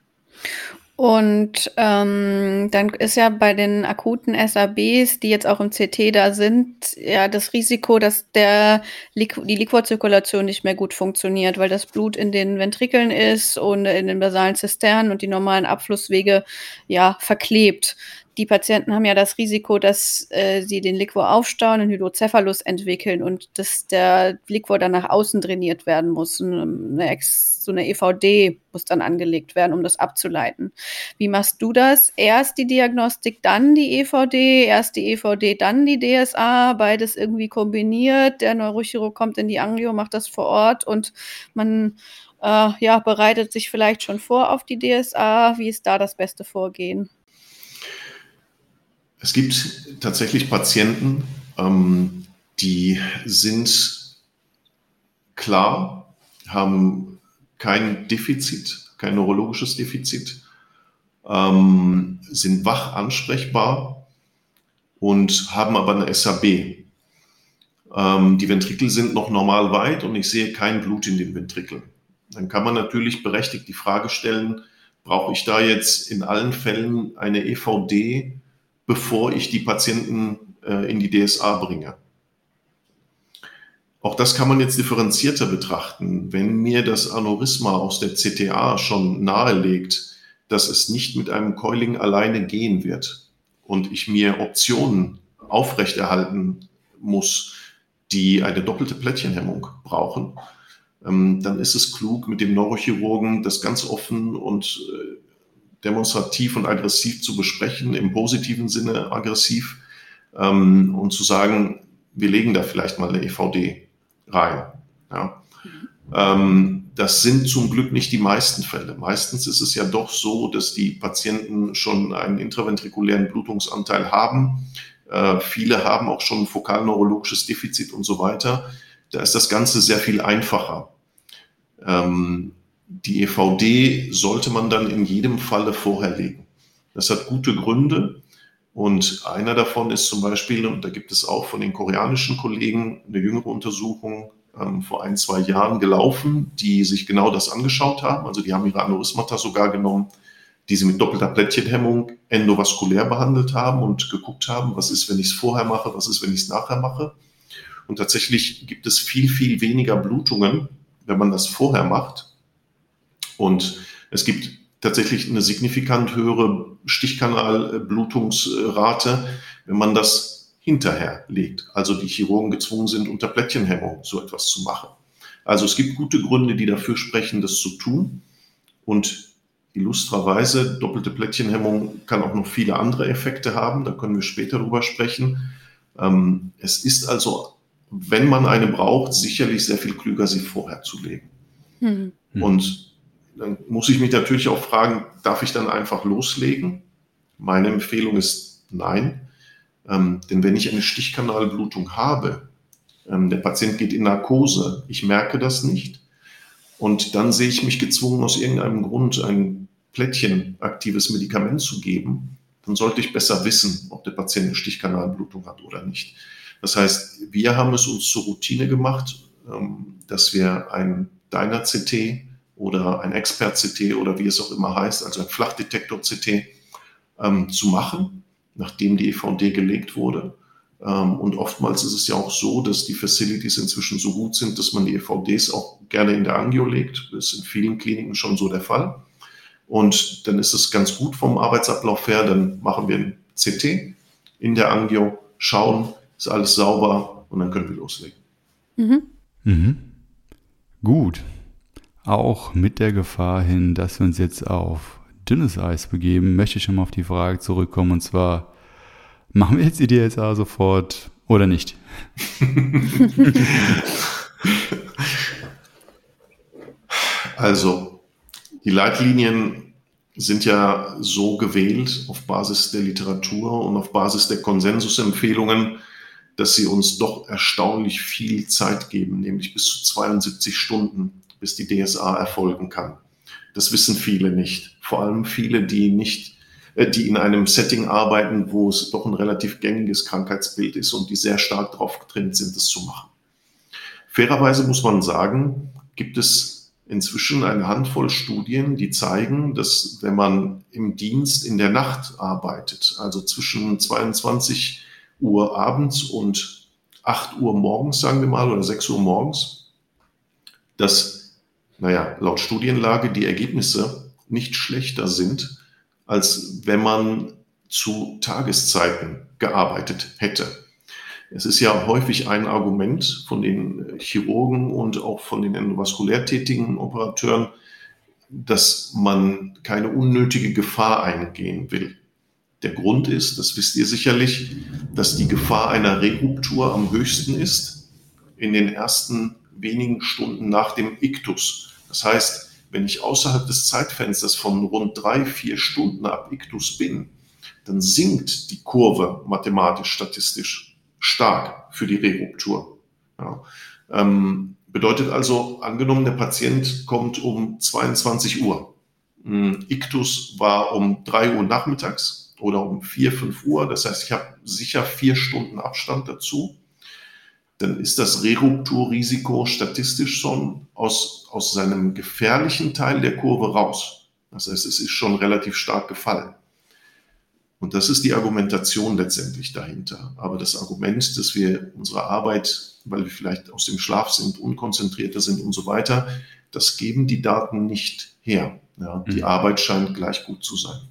Und ähm, dann ist ja bei den akuten S A Bs, die jetzt auch im C T da sind, ja das Risiko, dass der Liqu- die Liquorzirkulation nicht mehr gut funktioniert, weil das Blut in den Ventrikeln ist und in den basalen Zisternen und die normalen Abflusswege ja verklebt. Die Patienten haben ja das Risiko, dass äh, sie den Liquor aufstauen und Hydrocephalus entwickeln und dass der Liquor dann nach außen drainiert werden muss. Eine Ex, so eine E V D muss dann angelegt werden, um das abzuleiten. Wie machst du das? Erst die Diagnostik, dann die E V D, erst die E V D, dann die D S A, beides irgendwie kombiniert. Der Neurochirurg kommt in die Angio, macht das vor Ort und man äh, ja, bereitet sich vielleicht schon vor auf die D S A. Wie ist da das beste Vorgehen? Es gibt tatsächlich Patienten, ähm, die sind klar, haben kein Defizit, kein neurologisches Defizit, ähm, sind wach ansprechbar und haben aber eine S A B. Ähm, die Ventrikel sind noch normal weit und ich sehe kein Blut in den Ventrikeln. Dann kann man natürlich berechtigt die Frage stellen, brauche ich da jetzt in allen Fällen eine E V D, bevor ich die Patienten äh, in die D S A bringe? Auch das kann man jetzt differenzierter betrachten. Wenn mir das Aneurysma aus der C T A schon nahelegt, dass es nicht mit einem Coiling alleine gehen wird und ich mir Optionen aufrechterhalten muss, die eine doppelte Plättchenhemmung brauchen, ähm, dann ist es klug, mit dem Neurochirurgen das ganz offen und äh, demonstrativ und aggressiv zu besprechen, im positiven Sinne aggressiv, ähm, und zu sagen, wir legen da vielleicht mal eine E V D rein. Ja. Ähm, das sind zum Glück nicht die meisten Fälle. Meistens ist es ja doch so, dass die Patienten schon einen intraventrikulären Blutungsanteil haben. Äh, viele haben auch schon ein fokalneurologisches Defizit und so weiter. Da ist das Ganze sehr viel einfacher. Ähm, Die E V D sollte man dann in jedem Falle vorher legen. Das hat gute Gründe und einer davon ist zum Beispiel, und da gibt es auch von den koreanischen Kollegen eine jüngere Untersuchung ähm, vor ein, zwei Jahren gelaufen, die sich genau das angeschaut haben. Also die haben ihre Aneurysmata sogar genommen, die sie mit doppelter Plättchenhemmung endovaskulär behandelt haben und geguckt haben, was ist, wenn ich es vorher mache, was ist, wenn ich es nachher mache. Und tatsächlich gibt es viel, viel weniger Blutungen, wenn man das vorher macht. Und es gibt tatsächlich eine signifikant höhere Stichkanalblutungsrate, wenn man das hinterher legt. Also die Chirurgen gezwungen sind, unter Plättchenhemmung so etwas zu machen. Also es gibt gute Gründe, die dafür sprechen, das zu tun. Und illustrerweise, doppelte Plättchenhemmung kann auch noch viele andere Effekte haben. Da können wir später drüber sprechen. Es ist also, wenn man eine braucht, sicherlich sehr viel klüger, sie vorher zu legen. Mhm. Und dann muss ich mich natürlich auch fragen, darf ich dann einfach loslegen? Meine Empfehlung ist nein. Ähm, denn wenn ich eine Stichkanalblutung habe, ähm, der Patient geht in Narkose, ich merke das nicht und dann sehe ich mich gezwungen, aus irgendeinem Grund ein plättchenaktives Medikament zu geben, dann sollte ich besser wissen, ob der Patient eine Stichkanalblutung hat oder nicht. Das heißt, wir haben es uns zur Routine gemacht, dass wir ein Dyna-C T oder ein Expert-C T oder wie es auch immer heißt, also ein Flachdetektor-C T, ähm, zu machen, nachdem die E V D gelegt wurde. Ähm, und oftmals ist es ja auch so, dass die Facilities inzwischen so gut sind, dass man die E V Ds auch gerne in der Angio legt. Das ist in vielen Kliniken schon so der Fall. Und dann ist es ganz gut vom Arbeitsablauf her, dann machen wir ein C T in der Angio, schauen, ist alles sauber und dann können wir loslegen. Mhm. Mhm. Gut. Auch mit der Gefahr hin, dass wir uns jetzt auf dünnes Eis begeben, möchte ich schon mal auf die Frage zurückkommen, und zwar, machen wir jetzt die D S A sofort oder nicht? Also, die Leitlinien sind ja so gewählt auf Basis der Literatur und auf Basis der Konsensusempfehlungen, dass sie uns doch erstaunlich viel Zeit geben, nämlich bis zu zweiundsiebzig Stunden, bis die D S A erfolgen kann. Das wissen viele nicht. Vor allem viele, die nicht, äh, die in einem Setting arbeiten, wo es doch ein relativ gängiges Krankheitsbild ist und die sehr stark darauf getrimmt sind, das zu machen. Fairerweise muss man sagen, gibt es inzwischen eine Handvoll Studien, die zeigen, dass wenn man im Dienst in der Nacht arbeitet, also zwischen zweiundzwanzig Uhr abends und acht Uhr morgens, sagen wir mal, oder sechs Uhr morgens, dass, naja, laut Studienlage die Ergebnisse nicht schlechter sind, als wenn man zu Tageszeiten gearbeitet hätte. Es ist ja häufig ein Argument von den Chirurgen und auch von den endovaskulär tätigen Operateuren, dass man keine unnötige Gefahr eingehen will. Der Grund ist, das wisst ihr sicherlich, dass die Gefahr einer Reruptur am höchsten ist in den ersten wenigen Stunden nach dem Iktus. Das heißt, wenn ich außerhalb des Zeitfensters von rund drei, vier Stunden ab Iktus bin, dann sinkt die Kurve mathematisch, statistisch stark für die Reruptur. Ja. Ähm, bedeutet also, angenommen, der Patient kommt um zweiundzwanzig Uhr. Iktus war um drei Uhr nachmittags oder um vier, fünf Uhr. Das heißt, ich habe sicher vier Stunden Abstand dazu. Dann ist das Rerupturrisiko statistisch schon aus, aus seinem gefährlichen Teil der Kurve raus. Das heißt, es ist schon relativ stark gefallen. Und das ist die Argumentation letztendlich dahinter. Aber das Argument, dass wir unsere Arbeit, weil wir vielleicht aus dem Schlaf sind, unkonzentrierter sind und so weiter, das geben die Daten nicht her. Ja, die mhm. Arbeit scheint gleich gut zu sein.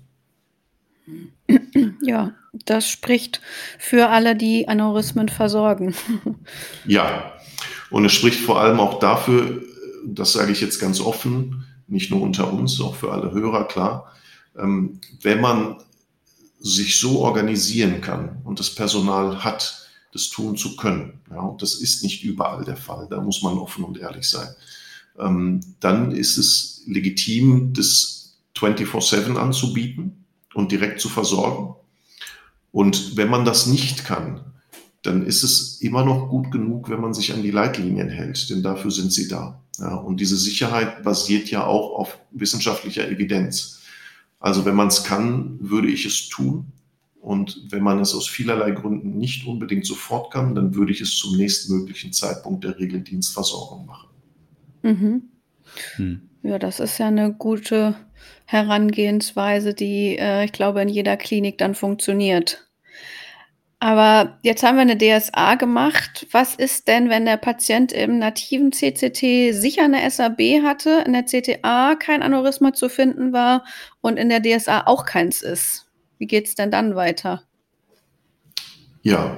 Ja, das spricht für alle, die Aneurysmen versorgen. Ja, und es spricht vor allem auch dafür, das sage ich jetzt ganz offen, nicht nur unter uns, auch für alle Hörer, klar, ähm, wenn man sich so organisieren kann und das Personal hat, das tun zu können, ja, und das ist nicht überall der Fall, da muss man offen und ehrlich sein, ähm, dann ist es legitim, das vierundzwanzig sieben anzubieten und direkt zu versorgen. Und wenn man das nicht kann, dann ist es immer noch gut genug, wenn man sich an die Leitlinien hält, denn dafür sind sie da. Ja, und diese Sicherheit basiert ja auch auf wissenschaftlicher Evidenz. Also wenn man es kann, würde ich es tun. Und wenn man es aus vielerlei Gründen nicht unbedingt sofort kann, dann würde ich es zum nächstmöglichen Zeitpunkt der Regeldienstversorgung machen. Mhm. Hm. Ja, das ist ja eine gute Herangehensweise, die, äh, ich glaube, in jeder Klinik dann funktioniert. Aber jetzt haben wir eine D S A gemacht. Was ist denn, wenn der Patient im nativen C C T sicher eine S A B hatte, in der C T A kein Aneurysma zu finden war und in der D S A auch keins ist? Wie geht's denn dann weiter? Ja,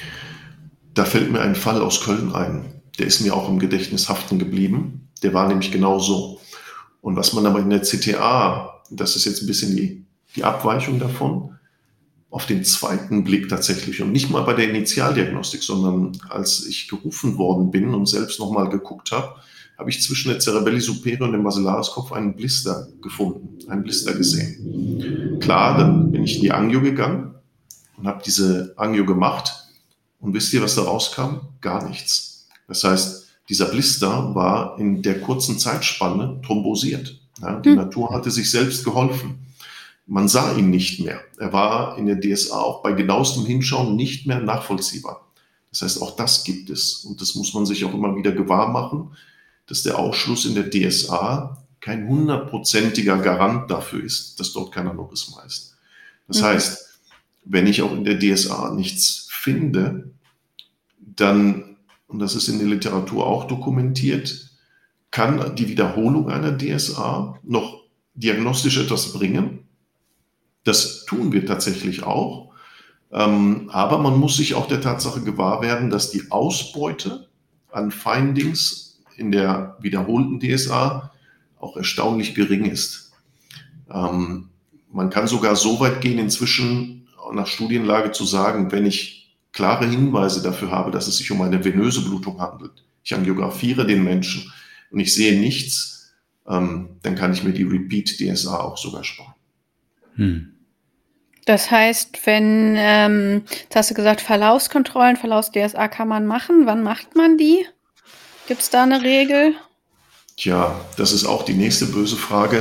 da fällt mir ein Fall aus Köln ein. Der ist mir auch im Gedächtnis haften geblieben. Der war nämlich genau so. Und was man aber in der C T A, das ist jetzt ein bisschen die, die Abweichung davon, auf den zweiten Blick tatsächlich und nicht mal bei der Initialdiagnostik, sondern als ich gerufen worden bin und selbst nochmal geguckt habe, habe ich zwischen der Cerebelli superior und dem Basilariskopf einen Blister gefunden, einen Blister gesehen. Klar, dann bin ich in die Angio gegangen und habe diese Angio gemacht und wisst ihr, was da rauskam? Gar nichts. Das heißt, dieser Blister war in der kurzen Zeitspanne thrombosiert. Ja, die hm. Natur hatte sich selbst geholfen. Man sah ihn nicht mehr. Er war in der D S A auch bei genauestem Hinschauen nicht mehr nachvollziehbar. Das heißt, auch das gibt es. Und das muss man sich auch immer wieder gewahr machen, dass der Ausschluss in der D S A kein hundertprozentiger Garant dafür ist, dass dort kein Aneurysma ist. Das mhm. heißt, wenn ich auch in der D S A nichts finde, dann, und das ist in der Literatur auch dokumentiert, kann die Wiederholung einer D S A noch diagnostisch etwas bringen. Das tun wir tatsächlich auch. Ähm, aber man muss sich auch der Tatsache gewahr werden, dass die Ausbeute an Findings in der wiederholten D S A auch erstaunlich gering ist. Ähm, man kann sogar so weit gehen, inzwischen nach Studienlage zu sagen, wenn ich klare Hinweise dafür habe, dass es sich um eine venöse Blutung handelt, ich angiografiere den Menschen und ich sehe nichts, ähm, dann kann ich mir die Repeat-D S A auch sogar sparen. Hm. Das heißt, wenn, ähm, jetzt hast du gesagt, Verlaufskontrollen, Verlaufs-D S A kann man machen. Wann macht man die? Gibt es da eine Regel? Tja, das ist auch die nächste böse Frage.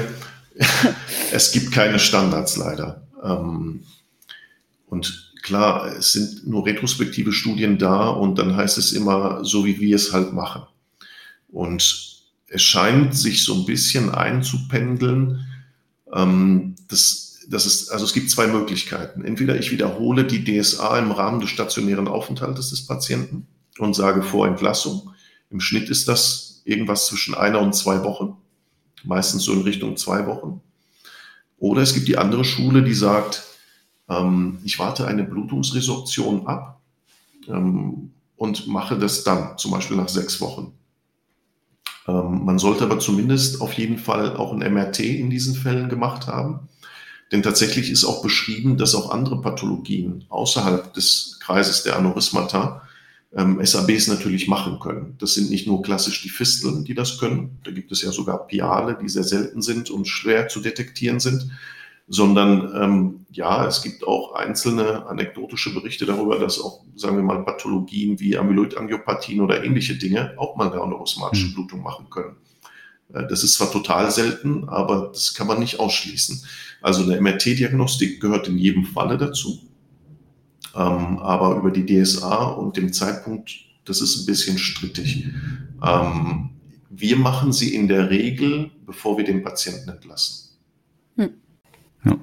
Es gibt keine Standards leider. Ähm, und klar, es sind nur retrospektive Studien da und dann heißt es immer, so wie wir es halt machen. Und es scheint sich so ein bisschen einzupendeln, ähm, dass Das ist, also es gibt zwei Möglichkeiten. Entweder ich wiederhole die D S A im Rahmen des stationären Aufenthaltes des Patienten und sage vor Entlassung. Im Schnitt ist das irgendwas zwischen einer und zwei Wochen, meistens so in Richtung zwei Wochen. Oder es gibt die andere Schule, die sagt, ähm, ich warte eine Blutungsresorption ab ähm, und mache das dann, zum Beispiel nach sechs Wochen. Ähm, man sollte aber zumindest auf jeden Fall auch ein M R T in diesen Fällen gemacht haben. Denn tatsächlich ist auch beschrieben, dass auch andere Pathologien außerhalb des Kreises der Aneurysmata ähm, S A Bs natürlich machen können. Das sind nicht nur klassisch die Fisteln, die das können. Da gibt es ja sogar Piale, die sehr selten sind und schwer zu detektieren sind. Sondern ähm, ja, es gibt auch einzelne anekdotische Berichte darüber, dass auch, sagen wir mal, Pathologien wie Amyloidangiopathien oder ähnliche Dinge auch mal eine aneurysmatische Blutung machen können. Das ist zwar total selten, aber das kann man nicht ausschließen. Also eine M R T-Diagnostik gehört in jedem Falle dazu. Ähm, aber über die D S A und dem Zeitpunkt, das ist ein bisschen strittig. Ähm, wir machen sie in der Regel, bevor wir den Patienten entlassen. Hm. Ja.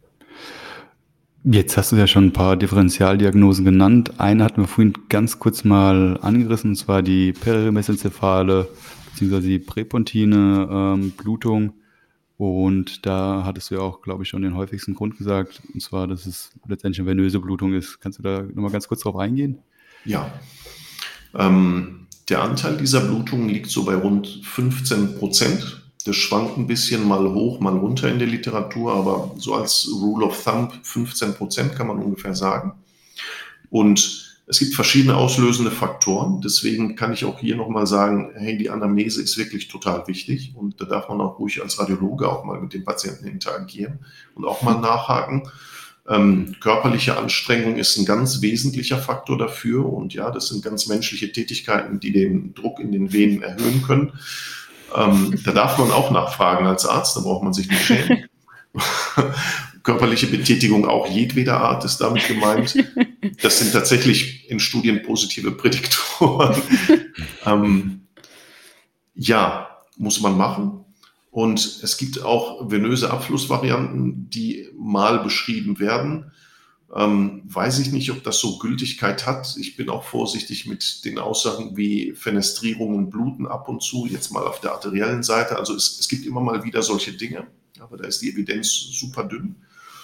Jetzt hast du ja schon ein paar Differentialdiagnosen genannt. Eine hatten wir vorhin ganz kurz mal angerissen, und zwar die perimesencephale beziehungsweise die präpontine ähm, Blutung. Und da hattest du ja auch, glaube ich, schon den häufigsten Grund gesagt, und zwar, dass es letztendlich eine venöse Blutung ist. Kannst du da nochmal ganz kurz drauf eingehen? Ja. Ähm, der Anteil dieser Blutungen liegt so bei rund fünfzehn Prozent. Das schwankt ein bisschen mal hoch, mal runter in der Literatur, aber so als Rule of Thumb fünfzehn Prozent kann man ungefähr sagen. Und es gibt verschiedene auslösende Faktoren, deswegen kann ich auch hier nochmal sagen, hey, die Anamnese ist wirklich total wichtig und da darf man auch ruhig als Radiologe auch mal mit dem Patienten interagieren und auch mal nachhaken. Ähm, körperliche Anstrengung ist ein ganz wesentlicher Faktor dafür und ja, das sind ganz menschliche Tätigkeiten, die den Druck in den Venen erhöhen können. Ähm, da darf man auch nachfragen als Arzt, da braucht man sich nicht schämen. Körperliche Betätigung auch jedweder Art ist damit gemeint. Das sind tatsächlich in Studien positive Prädiktoren. ähm, ja, muss man machen. Und es gibt auch venöse Abflussvarianten, die mal beschrieben werden. Ähm, weiß ich nicht, ob das so Gültigkeit hat. Ich bin auch vorsichtig mit den Aussagen wie Fenestrierungen bluten ab und zu, jetzt mal auf der arteriellen Seite. Also es, es gibt immer mal wieder solche Dinge, aber da ist die Evidenz super dünn.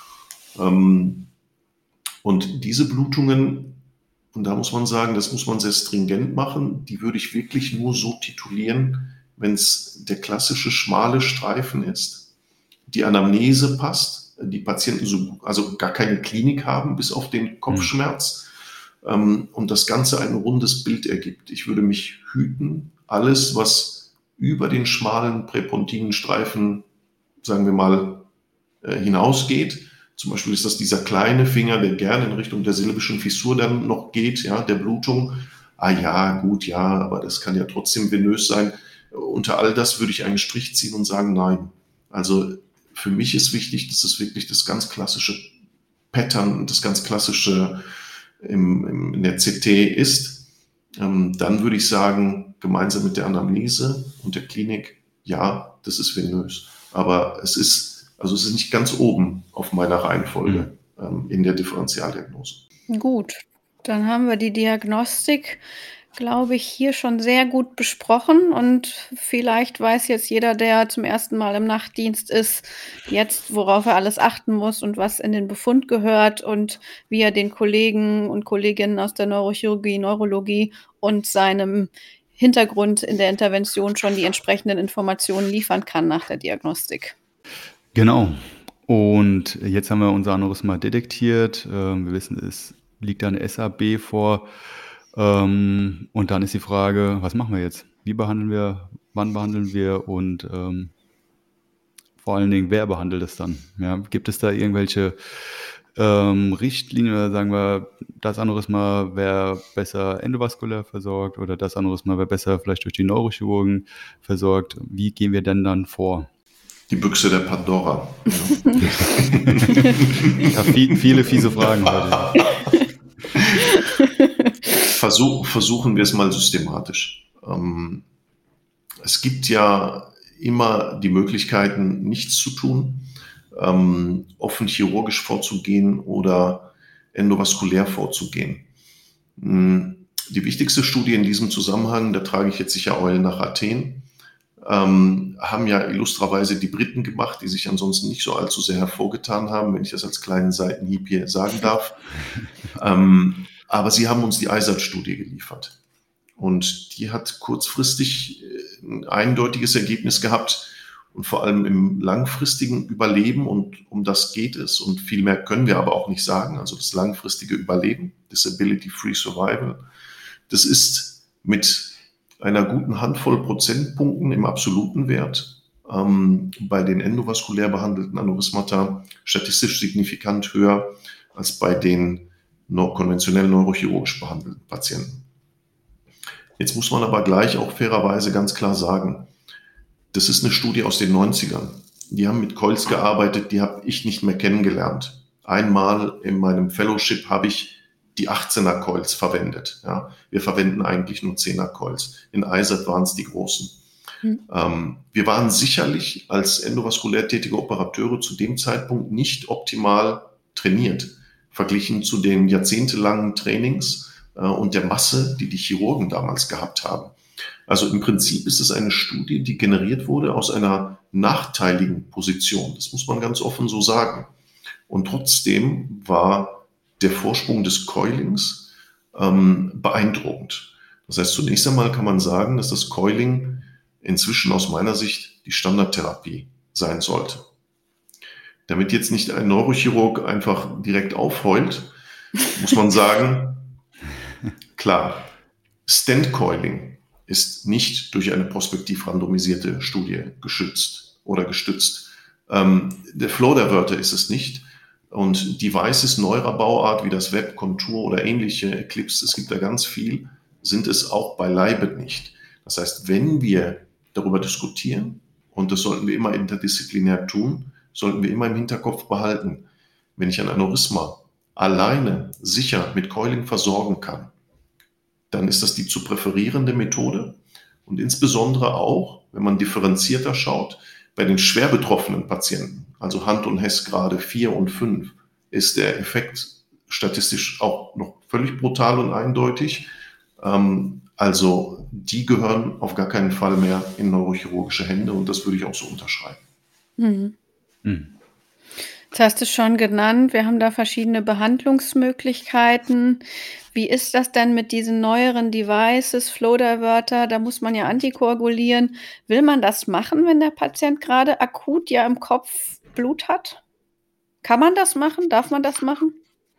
Ähm, und diese Blutungen, und da muss man sagen, das muss man sehr stringent machen, die würde ich wirklich nur so titulieren, wenn es der klassische schmale Streifen ist, die Anamnese passt, die Patienten so, also gar keine Klinik haben, bis auf den Kopfschmerz, mhm. ähm, und das Ganze ein rundes Bild ergibt. Ich würde mich hüten, alles, was über den schmalen präpontinen Streifen, sagen wir mal, äh, hinausgeht. Zum Beispiel ist das dieser kleine Finger, der gerne in Richtung der silbischen Fissur dann noch geht, ja, der Blutung. Ah ja, gut, ja, aber das kann ja trotzdem venös sein. Unter all das würde ich einen Strich ziehen und sagen, nein. Also für mich ist wichtig, dass es wirklich das ganz klassische Pattern, das ganz klassische im, im, in der C T ist, ähm, dann würde ich sagen, gemeinsam mit der Anamnese und der Klinik, ja, das ist venös. Aber es ist, also es ist nicht ganz oben auf meiner Reihenfolge mhm. ähm, in der Differentialdiagnose. Gut, dann haben wir die Diagnostik, glaube ich, hier schon sehr gut besprochen und vielleicht weiß jetzt jeder, der zum ersten Mal im Nachtdienst ist, jetzt, worauf er alles achten muss und was in den Befund gehört und wie er den Kollegen und Kolleginnen aus der Neurochirurgie, Neurologie und seinem Hintergrund in der Intervention schon die entsprechenden Informationen liefern kann nach der Diagnostik. Genau. Und jetzt haben wir unser Aneurysma detektiert. Wir wissen, es liegt eine S A B vor. Und dann ist die Frage, was machen wir jetzt? Wie behandeln wir, wann behandeln wir und ähm, vor allen Dingen, wer behandelt es dann? Ja, gibt es da irgendwelche ähm, Richtlinien oder sagen wir, das Aneurysma wäre besser endovaskulär versorgt oder das Aneurysma wäre besser vielleicht durch die Neurochirurgen versorgt? Wie gehen wir denn dann vor? Die Büchse der Pandora. Ja, viel, viele fiese Fragen heute. Versuch, versuchen wir es mal systematisch. Ähm, es gibt ja immer die Möglichkeiten, nichts zu tun, ähm, offen chirurgisch vorzugehen oder endovaskulär vorzugehen. Die wichtigste Studie in diesem Zusammenhang, da trage ich jetzt sicher Eulen nach Athen, ähm, haben ja illustrerweise die Briten gemacht, die sich ansonsten nicht so allzu sehr hervorgetan haben, wenn ich das als kleinen Seitenhieb hier sagen darf. ähm, aber sie haben uns die I S A T-Studie geliefert. Und die hat kurzfristig ein eindeutiges Ergebnis gehabt und vor allem im langfristigen Überleben, und um das geht es, und viel mehr können wir aber auch nicht sagen, also das langfristige Überleben, Disability-Free Survival, das ist mit einer guten Handvoll Prozentpunkten im absoluten Wert ähm, bei den endovaskulär behandelten Aneurysmata statistisch signifikant höher als bei den no- konventionell neurochirurgisch behandelten Patienten. Jetzt muss man aber gleich auch fairerweise ganz klar sagen, das ist eine Studie aus den neunzigern. Die haben mit Coils gearbeitet, die habe ich nicht mehr kennengelernt. Einmal in meinem Fellowship habe ich die achtzehner Coils verwendet. Ja. Wir verwenden eigentlich nur zehner Coils. In I S A T waren es die großen. Mhm. Ähm, wir waren sicherlich als endovaskulär tätige Operateure zu dem Zeitpunkt nicht optimal trainiert, verglichen zu den jahrzehntelangen Trainings und der Masse, die die Chirurgen damals gehabt haben. Also im Prinzip ist es eine Studie, die generiert wurde aus einer nachteiligen Position. Das muss man ganz offen so sagen. Und trotzdem war der Vorsprung des Coilings ähm, beeindruckend. Das heißt, zunächst einmal kann man sagen, dass das Coiling inzwischen aus meiner Sicht die Standardtherapie sein sollte. Damit jetzt nicht ein Neurochirurg einfach direkt aufheult, muss man sagen, klar, Stent-Coiling ist nicht durch eine prospektiv randomisierte Studie geschützt oder gestützt. Ähm, der Flow-Diverter ist es nicht. Und Devices neuerer Bauart wie das Web, Contour oder ähnliche, Eclipse, es gibt da ganz viel, sind es auch beileibe nicht. Das heißt, wenn wir darüber diskutieren, und das sollten wir immer interdisziplinär tun, sollten wir immer im Hinterkopf behalten, wenn ich ein Aneurysma alleine sicher mit Coiling versorgen kann, dann ist das die zu präferierende Methode. Und insbesondere auch, wenn man differenzierter schaut, bei den schwer betroffenen Patienten, also Hand- und Hess-Grade vier und fünf, ist der Effekt statistisch auch noch völlig brutal und eindeutig. Ähm, also die gehören auf gar keinen Fall mehr in neurochirurgische Hände, und das würde ich auch so unterschreiben. Mhm. Mhm. Jetzt hast du schon genannt, wir haben da verschiedene Behandlungsmöglichkeiten. Wie ist das denn mit diesen neueren Devices, Flow-Diverter? Da muss man ja antikoagulieren. Will man das machen, wenn der Patient gerade akut ja im Kopf Blut hat? Kann man das machen? Darf man das machen?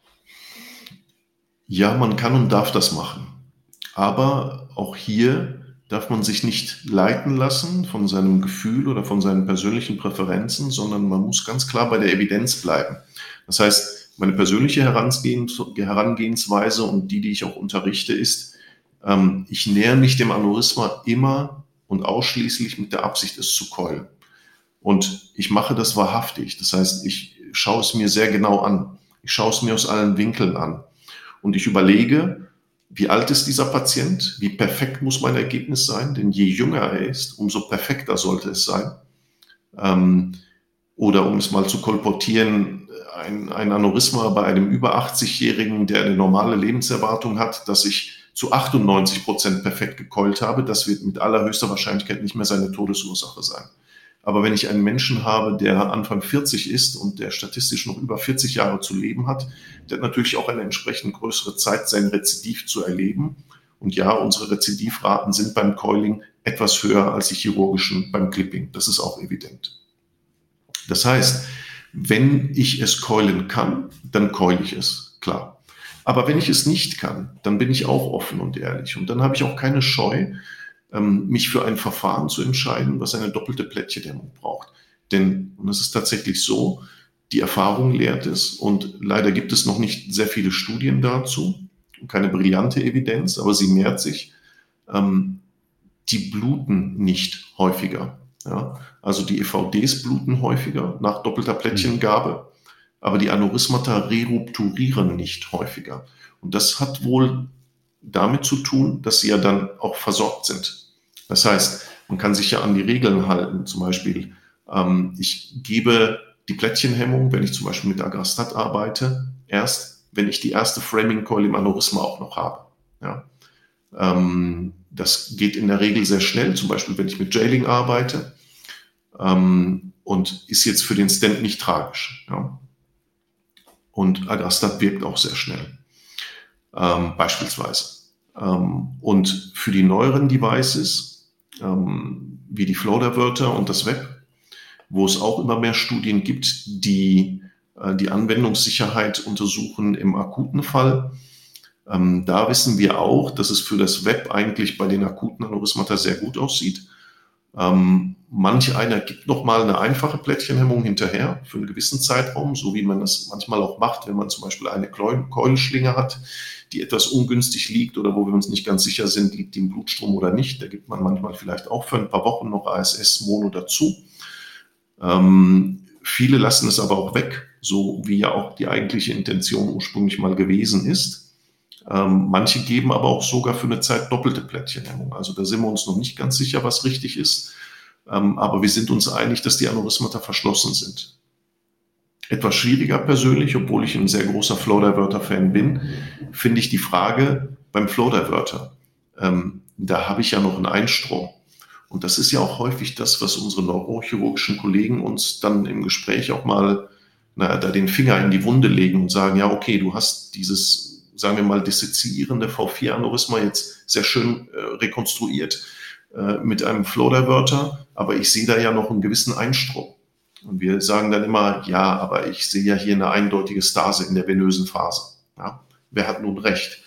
Ja, man kann und darf das machen. Aber auch hier darf man sich nicht leiten lassen von seinem Gefühl oder von seinen persönlichen Präferenzen, sondern man muss ganz klar bei der Evidenz bleiben. Das heißt, meine persönliche Herangehensweise und die, die ich auch unterrichte, ist, ähm, ich nähere mich dem Aneurysma immer und ausschließlich mit der Absicht, es zu coilen. Und ich mache das wahrhaftig. Das heißt, ich schaue es mir sehr genau an. Ich schaue es mir aus allen Winkeln an. Und ich überlege, wie alt ist dieser Patient, wie perfekt muss mein Ergebnis sein, denn je jünger er ist, umso perfekter sollte es sein. Ähm, oder um es mal zu kolportieren, ein, ein Aneurysma bei einem über achtzig-Jährigen, der eine normale Lebenserwartung hat, dass ich zu achtundneunzig Prozent perfekt gekeult habe, das wird mit allerhöchster Wahrscheinlichkeit nicht mehr seine Todesursache sein. Aber wenn ich einen Menschen habe, der Anfang vierzig ist und der statistisch noch über vierzig Jahre zu leben hat, der hat natürlich auch eine entsprechend größere Zeit, sein Rezidiv zu erleben. Und ja, unsere Rezidivraten sind beim Coiling etwas höher als die chirurgischen beim Clipping. Das ist auch evident. Das heißt, wenn ich es coilen kann, dann coile ich es, klar. Aber wenn ich es nicht kann, dann bin ich auch offen und ehrlich. Und dann habe ich auch keine Scheu, mich für ein Verfahren zu entscheiden, was eine doppelte Plättchenhemmung braucht. Denn, und es ist tatsächlich so, die Erfahrung lehrt es und leider gibt es noch nicht sehr viele Studien dazu, keine brillante Evidenz, aber sie mehrt sich, ähm, die bluten nicht häufiger. Ja? Also die E V Ds bluten häufiger nach doppelter Plättchengabe, aber die Aneurysmata rerupturieren nicht häufiger. Und das hat wohl damit zu tun, dass sie ja dann auch versorgt sind. Das heißt, man kann sich ja an die Regeln halten. Zum Beispiel, ähm, ich gebe die Plättchenhemmung, wenn ich zum Beispiel mit Agrastat arbeite, erst, wenn ich die erste Framing Coil im Aneurysma auch noch habe. Ja. Ähm, das geht in der Regel sehr schnell, zum Beispiel, wenn ich mit Jailing arbeite, ähm, und ist jetzt für den Stent nicht tragisch. Ja. Und Agrastat wirkt auch sehr schnell. Ähm, beispielsweise. Ähm, und für die neueren Devices, ähm, wie die Flow-Diverter und das Web, wo es auch immer mehr Studien gibt, die äh, die Anwendungssicherheit untersuchen im akuten Fall, ähm, da wissen wir auch, dass es für das Web eigentlich bei den akuten Aneurysmata sehr gut aussieht. Ähm, manch einer gibt noch mal eine einfache Plättchenhemmung hinterher für einen gewissen Zeitraum, so wie man das manchmal auch macht, wenn man zum Beispiel eine Keulenschlinge hat, die etwas ungünstig liegt oder wo wir uns nicht ganz sicher sind, liegt die im Blutstrom oder nicht. Da gibt man manchmal vielleicht auch für ein paar Wochen noch A S S-Mono dazu. Ähm, viele lassen es aber auch weg, so wie ja auch die eigentliche Intention ursprünglich mal gewesen ist. Ähm, manche geben aber auch sogar für eine Zeit doppelte Plättchenhemmung. Also da sind wir uns noch nicht ganz sicher, was richtig ist. Ähm, aber wir sind uns einig, dass die Aneurysmata verschlossen sind. Etwas schwieriger persönlich, obwohl ich ein sehr großer Flow-Diverter-Fan bin, finde ich die Frage beim Flow-Diverter. Ähm, da habe ich ja noch einen Einstrom. Und das ist ja auch häufig das, was unsere neurochirurgischen Kollegen uns dann im Gespräch auch mal na, da den Finger in die Wunde legen und sagen, ja, okay, du hast dieses, sagen wir mal, dissezierende V vier Aneurysma jetzt sehr schön äh, rekonstruiert äh, mit einem Flow-Diverter, aber ich sehe da ja noch einen gewissen Einstrom. Und wir sagen dann immer, ja, aber ich sehe ja hier eine eindeutige Stase in der venösen Phase. Ja, wer hat nun recht?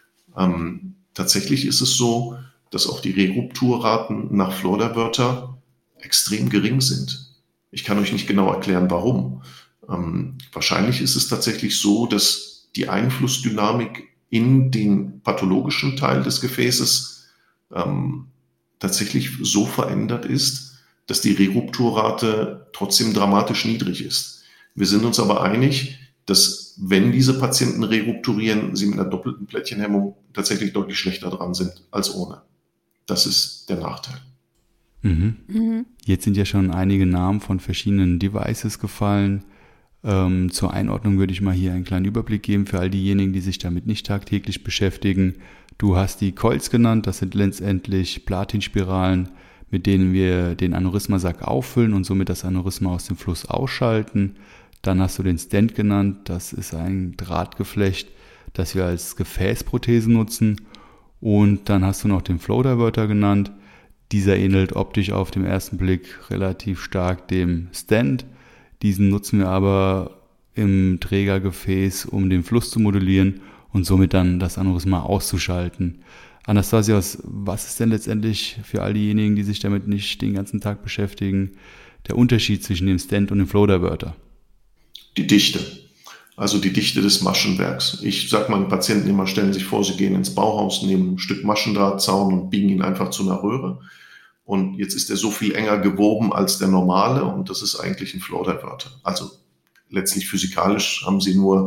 Ähm, tatsächlich ist es so, dass auch die Rerupturraten nach Flow-Diverter extrem gering sind. Ich kann euch nicht genau erklären, warum. Ähm, wahrscheinlich ist es tatsächlich so, dass die Einflussdynamik in den pathologischen Teil des Gefäßes ähm, tatsächlich so verändert ist, dass die Rerupturrate trotzdem dramatisch niedrig ist. Wir sind uns aber einig, dass wenn diese Patienten rerupturieren, sie mit einer doppelten Plättchenhemmung tatsächlich deutlich schlechter dran sind als ohne. Das ist der Nachteil. Mhm. Mhm. Jetzt sind ja schon einige Namen von verschiedenen Devices gefallen. Ähm, zur Einordnung würde ich mal hier einen kleinen Überblick geben für all diejenigen, die sich damit nicht tagtäglich beschäftigen. Du hast die Coils genannt, das sind letztendlich Platinspiralen, mit denen wir den Aneurysmasack auffüllen und somit das Aneurysma aus dem Fluss ausschalten. Dann hast du den Stent genannt, das ist ein Drahtgeflecht, das wir als Gefäßprothese nutzen. Und dann hast du noch den Flow-Diverter genannt. Dieser ähnelt optisch auf den ersten Blick relativ stark dem Stent. Diesen nutzen wir aber im Trägergefäß, um den Fluss zu modulieren und somit dann das Aneurysma auszuschalten. Anastasios, was ist denn letztendlich für all diejenigen, die sich damit nicht den ganzen Tag beschäftigen, der Unterschied zwischen dem Stent und dem Flow-Diverter? Die Dichte, also die Dichte des Maschenwerks. Ich sage meinen Patienten immer, stellen Sie sich vor, Sie gehen ins Bauhaus, nehmen ein Stück Maschendrahtzaun und biegen ihn einfach zu einer Röhre. Und jetzt ist er so viel enger gewoben als der normale und das ist eigentlich ein Flow-Diverter. Also letztlich physikalisch haben Sie nur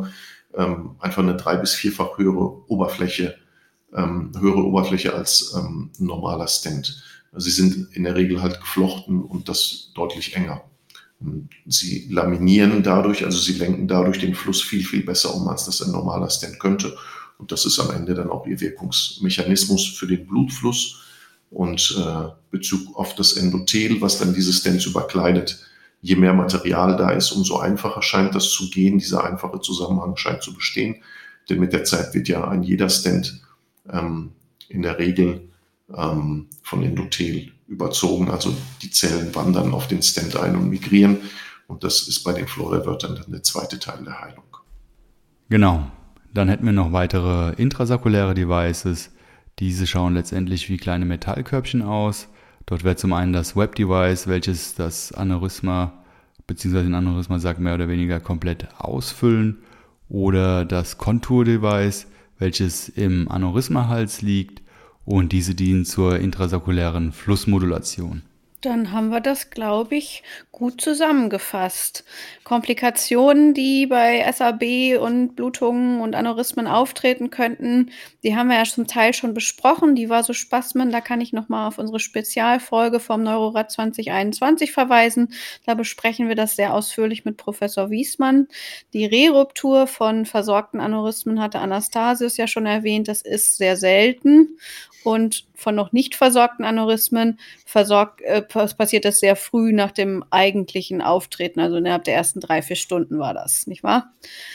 ähm, einfach eine drei- bis vierfach höhere Oberfläche, ähm, höhere Oberfläche als ähm, ein normaler Stent. Sie sind in der Regel halt geflochten und das deutlich enger. Sie laminieren dadurch, also sie lenken dadurch den Fluss viel, viel besser um, als das ein normaler Stent könnte. Und das ist am Ende dann auch ihr Wirkungsmechanismus für den Blutfluss und äh, Bezug auf das Endothel, was dann diese Stents überkleidet. Je mehr Material da ist, umso einfacher scheint das zu gehen. Dieser einfache Zusammenhang scheint zu bestehen. Denn mit der Zeit wird ja ein jeder Stent ähm, in der Regel ähm, von Endothel überzogen. Also die Zellen wandern auf den Stent ein und migrieren. Und das ist bei den Flow-Divertern dann der zweite Teil der Heilung. Genau. Dann hätten wir noch weitere intrasakuläre Devices. Diese schauen letztendlich wie kleine Metallkörbchen aus. Dort wäre zum einen das Web-Device, welches das Aneurysma bzw. den Aneurysmasack mehr oder weniger komplett ausfüllen, oder das Kontur-Device, welches im Aneurysmahals liegt, und diese dienen zur intrasakulären Flussmodulation. Dann haben wir das, glaube ich, gut zusammengefasst. Komplikationen, die bei S A B und Blutungen und Aneurysmen auftreten könnten, die haben wir ja zum Teil schon besprochen. Die Vasospasmen, da kann ich nochmal auf unsere Spezialfolge vom Neurorad zwanzig einundzwanzig verweisen. Da besprechen wir das sehr ausführlich mit Professor Wiesmann. Die Reruptur von versorgten Aneurysmen hatte Anastasius ja schon erwähnt. Das ist sehr selten. Und von noch nicht versorgten Aneurysmen versorgt, äh, passiert das sehr früh nach dem eigentlichen Auftreten. Also innerhalb der ersten drei, vier Stunden war das, nicht wahr?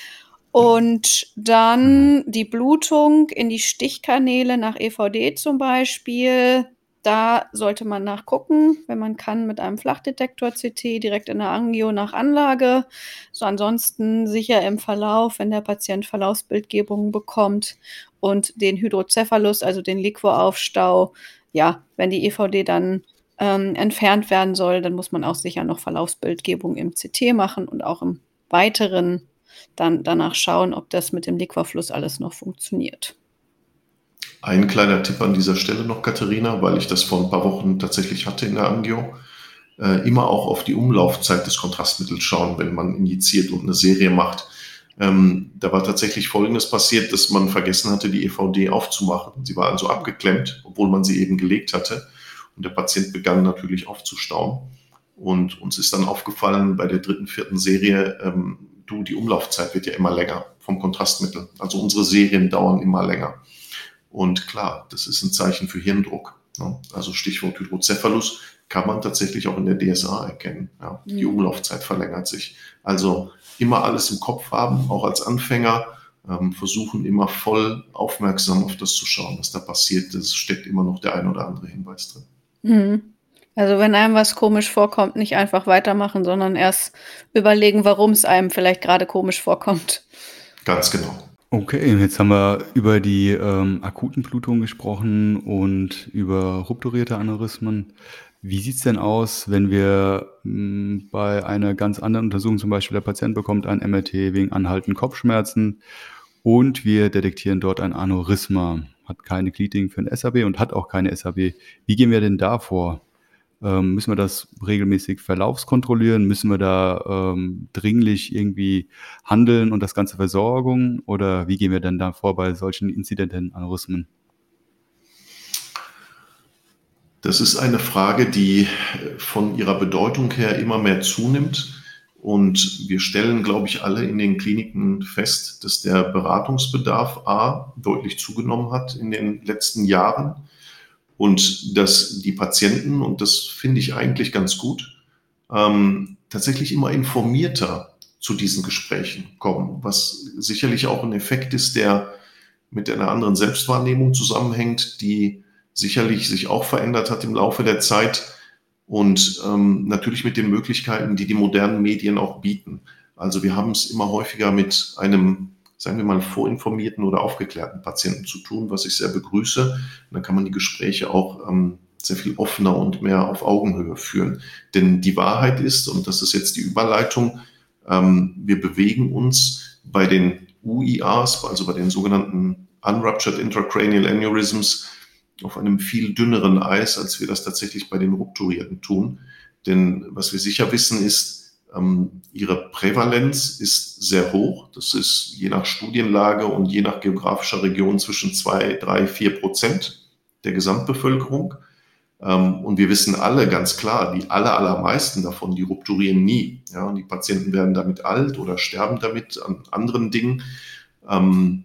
Und dann die Blutung in die Stichkanäle nach E V D zum Beispiel. Da sollte man nachgucken, wenn man kann, mit einem Flachdetektor-C T direkt in der Angio nach Anlage. So ansonsten sicher im Verlauf, wenn der Patient Verlaufsbildgebungen bekommt und den Hydrocephalus, also den Liquoraufstau. Ja, wenn die E V D dann ähm, entfernt werden soll, dann muss man auch sicher noch Verlaufsbildgebung im C T machen und auch im Weiteren dann danach schauen, ob das mit dem Liquorfluss alles noch funktioniert. Ein kleiner Tipp an dieser Stelle noch, Katharina, weil ich das vor ein paar Wochen tatsächlich hatte in der Angio. Äh, immer auch auf die Umlaufzeit des Kontrastmittels schauen, wenn man injiziert und eine Serie macht. Ähm, da war tatsächlich Folgendes passiert, dass man vergessen hatte, die E V D aufzumachen. Sie war also abgeklemmt, obwohl man sie eben gelegt hatte. Und der Patient begann natürlich aufzustauen. Und uns ist dann aufgefallen bei der dritten, vierten Serie, ähm, du, die Umlaufzeit wird ja immer länger vom Kontrastmittel. Also unsere Serien dauern immer länger. Und klar, das ist ein Zeichen für Hirndruck. Ne? Also Stichwort Hydrocephalus kann man tatsächlich auch in der D S A erkennen. Ja? Die Umlaufzeit verlängert sich. Also immer alles im Kopf haben, auch als Anfänger, ähm, versuchen immer voll aufmerksam auf das zu schauen, was da passiert. Es steckt immer noch der ein oder andere Hinweis drin. Mhm. Also wenn einem was komisch vorkommt, nicht einfach weitermachen, sondern erst überlegen, warum es einem vielleicht gerade komisch vorkommt. Ganz genau. Okay, jetzt haben wir über die ähm, akuten Blutungen gesprochen und über rupturierte Aneurysmen. Wie sieht es denn aus, wenn wir mh, bei einer ganz anderen Untersuchung, zum Beispiel der Patient bekommt ein M R T wegen anhaltenden Kopfschmerzen und wir detektieren dort ein Aneurysma, hat keine Glieding für ein S A B und hat auch keine S A B. Wie gehen wir denn da vor? Ähm, müssen wir das regelmäßig verlaufskontrollieren? Müssen wir da ähm, dringlich irgendwie handeln und das Ganze versorgen? Oder wie gehen wir denn da vor bei solchen inzidenten Aneurysmen? Das ist eine Frage, die von ihrer Bedeutung her immer mehr zunimmt. Und wir stellen, glaube ich, alle in den Kliniken fest, dass der Beratungsbedarf A deutlich zugenommen hat in den letzten Jahren. Und dass die Patienten, und das finde ich eigentlich ganz gut, ähm, tatsächlich immer informierter zu diesen Gesprächen kommen, was sicherlich auch ein Effekt ist, der mit einer anderen Selbstwahrnehmung zusammenhängt, die sicherlich sich auch verändert hat im Laufe der Zeit und ähm, natürlich mit den Möglichkeiten, die die modernen Medien auch bieten. Also wir haben es immer häufiger mit einem, sagen wir mal, vorinformierten oder aufgeklärten Patienten zu tun, was ich sehr begrüße. Und dann kann man die Gespräche auch ähm, sehr viel offener und mehr auf Augenhöhe führen. Denn die Wahrheit ist, und das ist jetzt die Überleitung, ähm, wir bewegen uns bei den U I As, also bei den sogenannten Unruptured Intracranial Aneurysms, auf einem viel dünneren Eis, als wir das tatsächlich bei den Rupturierten tun. Denn was wir sicher wissen ist, Ähm, ihre Prävalenz ist sehr hoch. Das ist je nach Studienlage und je nach geografischer Region zwischen zwei, drei, vier Prozent der Gesamtbevölkerung. Ähm, und wir wissen alle ganz klar, die aller, allermeisten davon, die rupturieren nie. Ja, und die Patienten werden damit alt oder sterben damit an anderen Dingen. Ähm,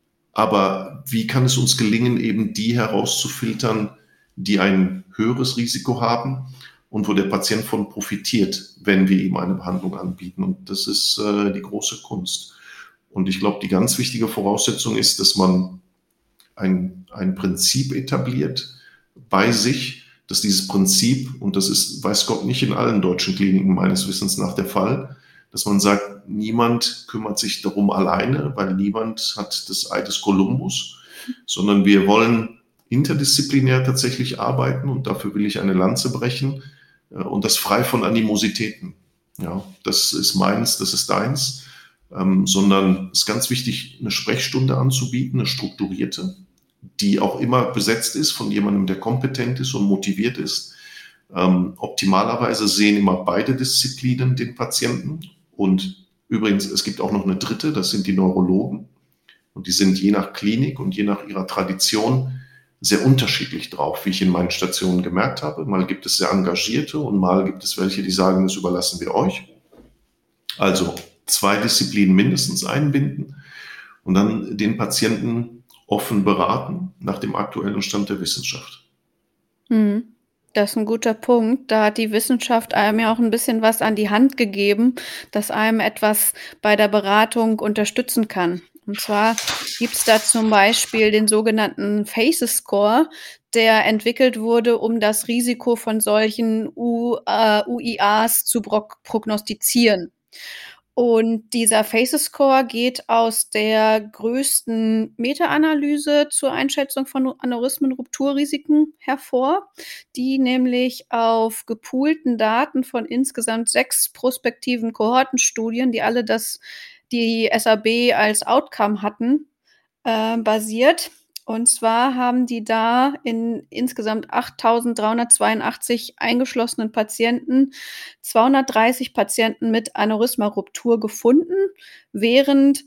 aber wie kann es uns gelingen, eben die herauszufiltern, die ein höheres Risiko haben und wo der Patient von profitiert, wenn wir ihm eine Behandlung anbieten? Und das ist äh, die große Kunst. Und ich glaube, die ganz wichtige Voraussetzung ist, dass man ein, ein Prinzip etabliert bei sich, dass dieses Prinzip, und das ist, weiß Gott, nicht in allen deutschen Kliniken meines Wissens nach der Fall, dass man sagt, niemand kümmert sich darum alleine, weil niemand hat das Ei des Kolumbus, sondern wir wollen interdisziplinär tatsächlich arbeiten und dafür will ich eine Lanze brechen äh, und das frei von Animositäten. Ja, das ist meins, das ist deins, ähm, sondern es ist ganz wichtig, eine Sprechstunde anzubieten, eine strukturierte, die auch immer besetzt ist von jemandem, der kompetent ist und motiviert ist. Ähm, optimalerweise sehen immer beide Disziplinen den Patienten. Und übrigens, es gibt auch noch eine dritte, das sind die Neurologen. Und die sind je nach Klinik und je nach ihrer Tradition sehr unterschiedlich drauf, wie ich in meinen Stationen gemerkt habe. Mal gibt es sehr engagierte und mal gibt es welche, die sagen, das überlassen wir euch. Also zwei Disziplinen mindestens einbinden und dann den Patienten offen beraten nach dem aktuellen Stand der Wissenschaft. Mhm. Das ist ein guter Punkt. Da hat die Wissenschaft einem ja auch ein bisschen was an die Hand gegeben, das einem etwas bei der Beratung unterstützen kann. Und zwar gibt's da zum Beispiel den sogenannten FACES-Score, der entwickelt wurde, um das Risiko von solchen U äh, U I As zu brok prognostizieren. Und dieser FACES-Score geht aus der größten Meta-Analyse zur Einschätzung von Aneurysmen-Rupturrisiken hervor, die nämlich auf gepoolten Daten von insgesamt sechs prospektiven Kohortenstudien, die alle das, die S A B als Outcome hatten, äh, basiert. Und zwar haben die da in insgesamt achttausenddreihundertzweiundachtzig eingeschlossenen Patienten zweihundertdreißig Patienten mit Aneurysma-Ruptur gefunden, während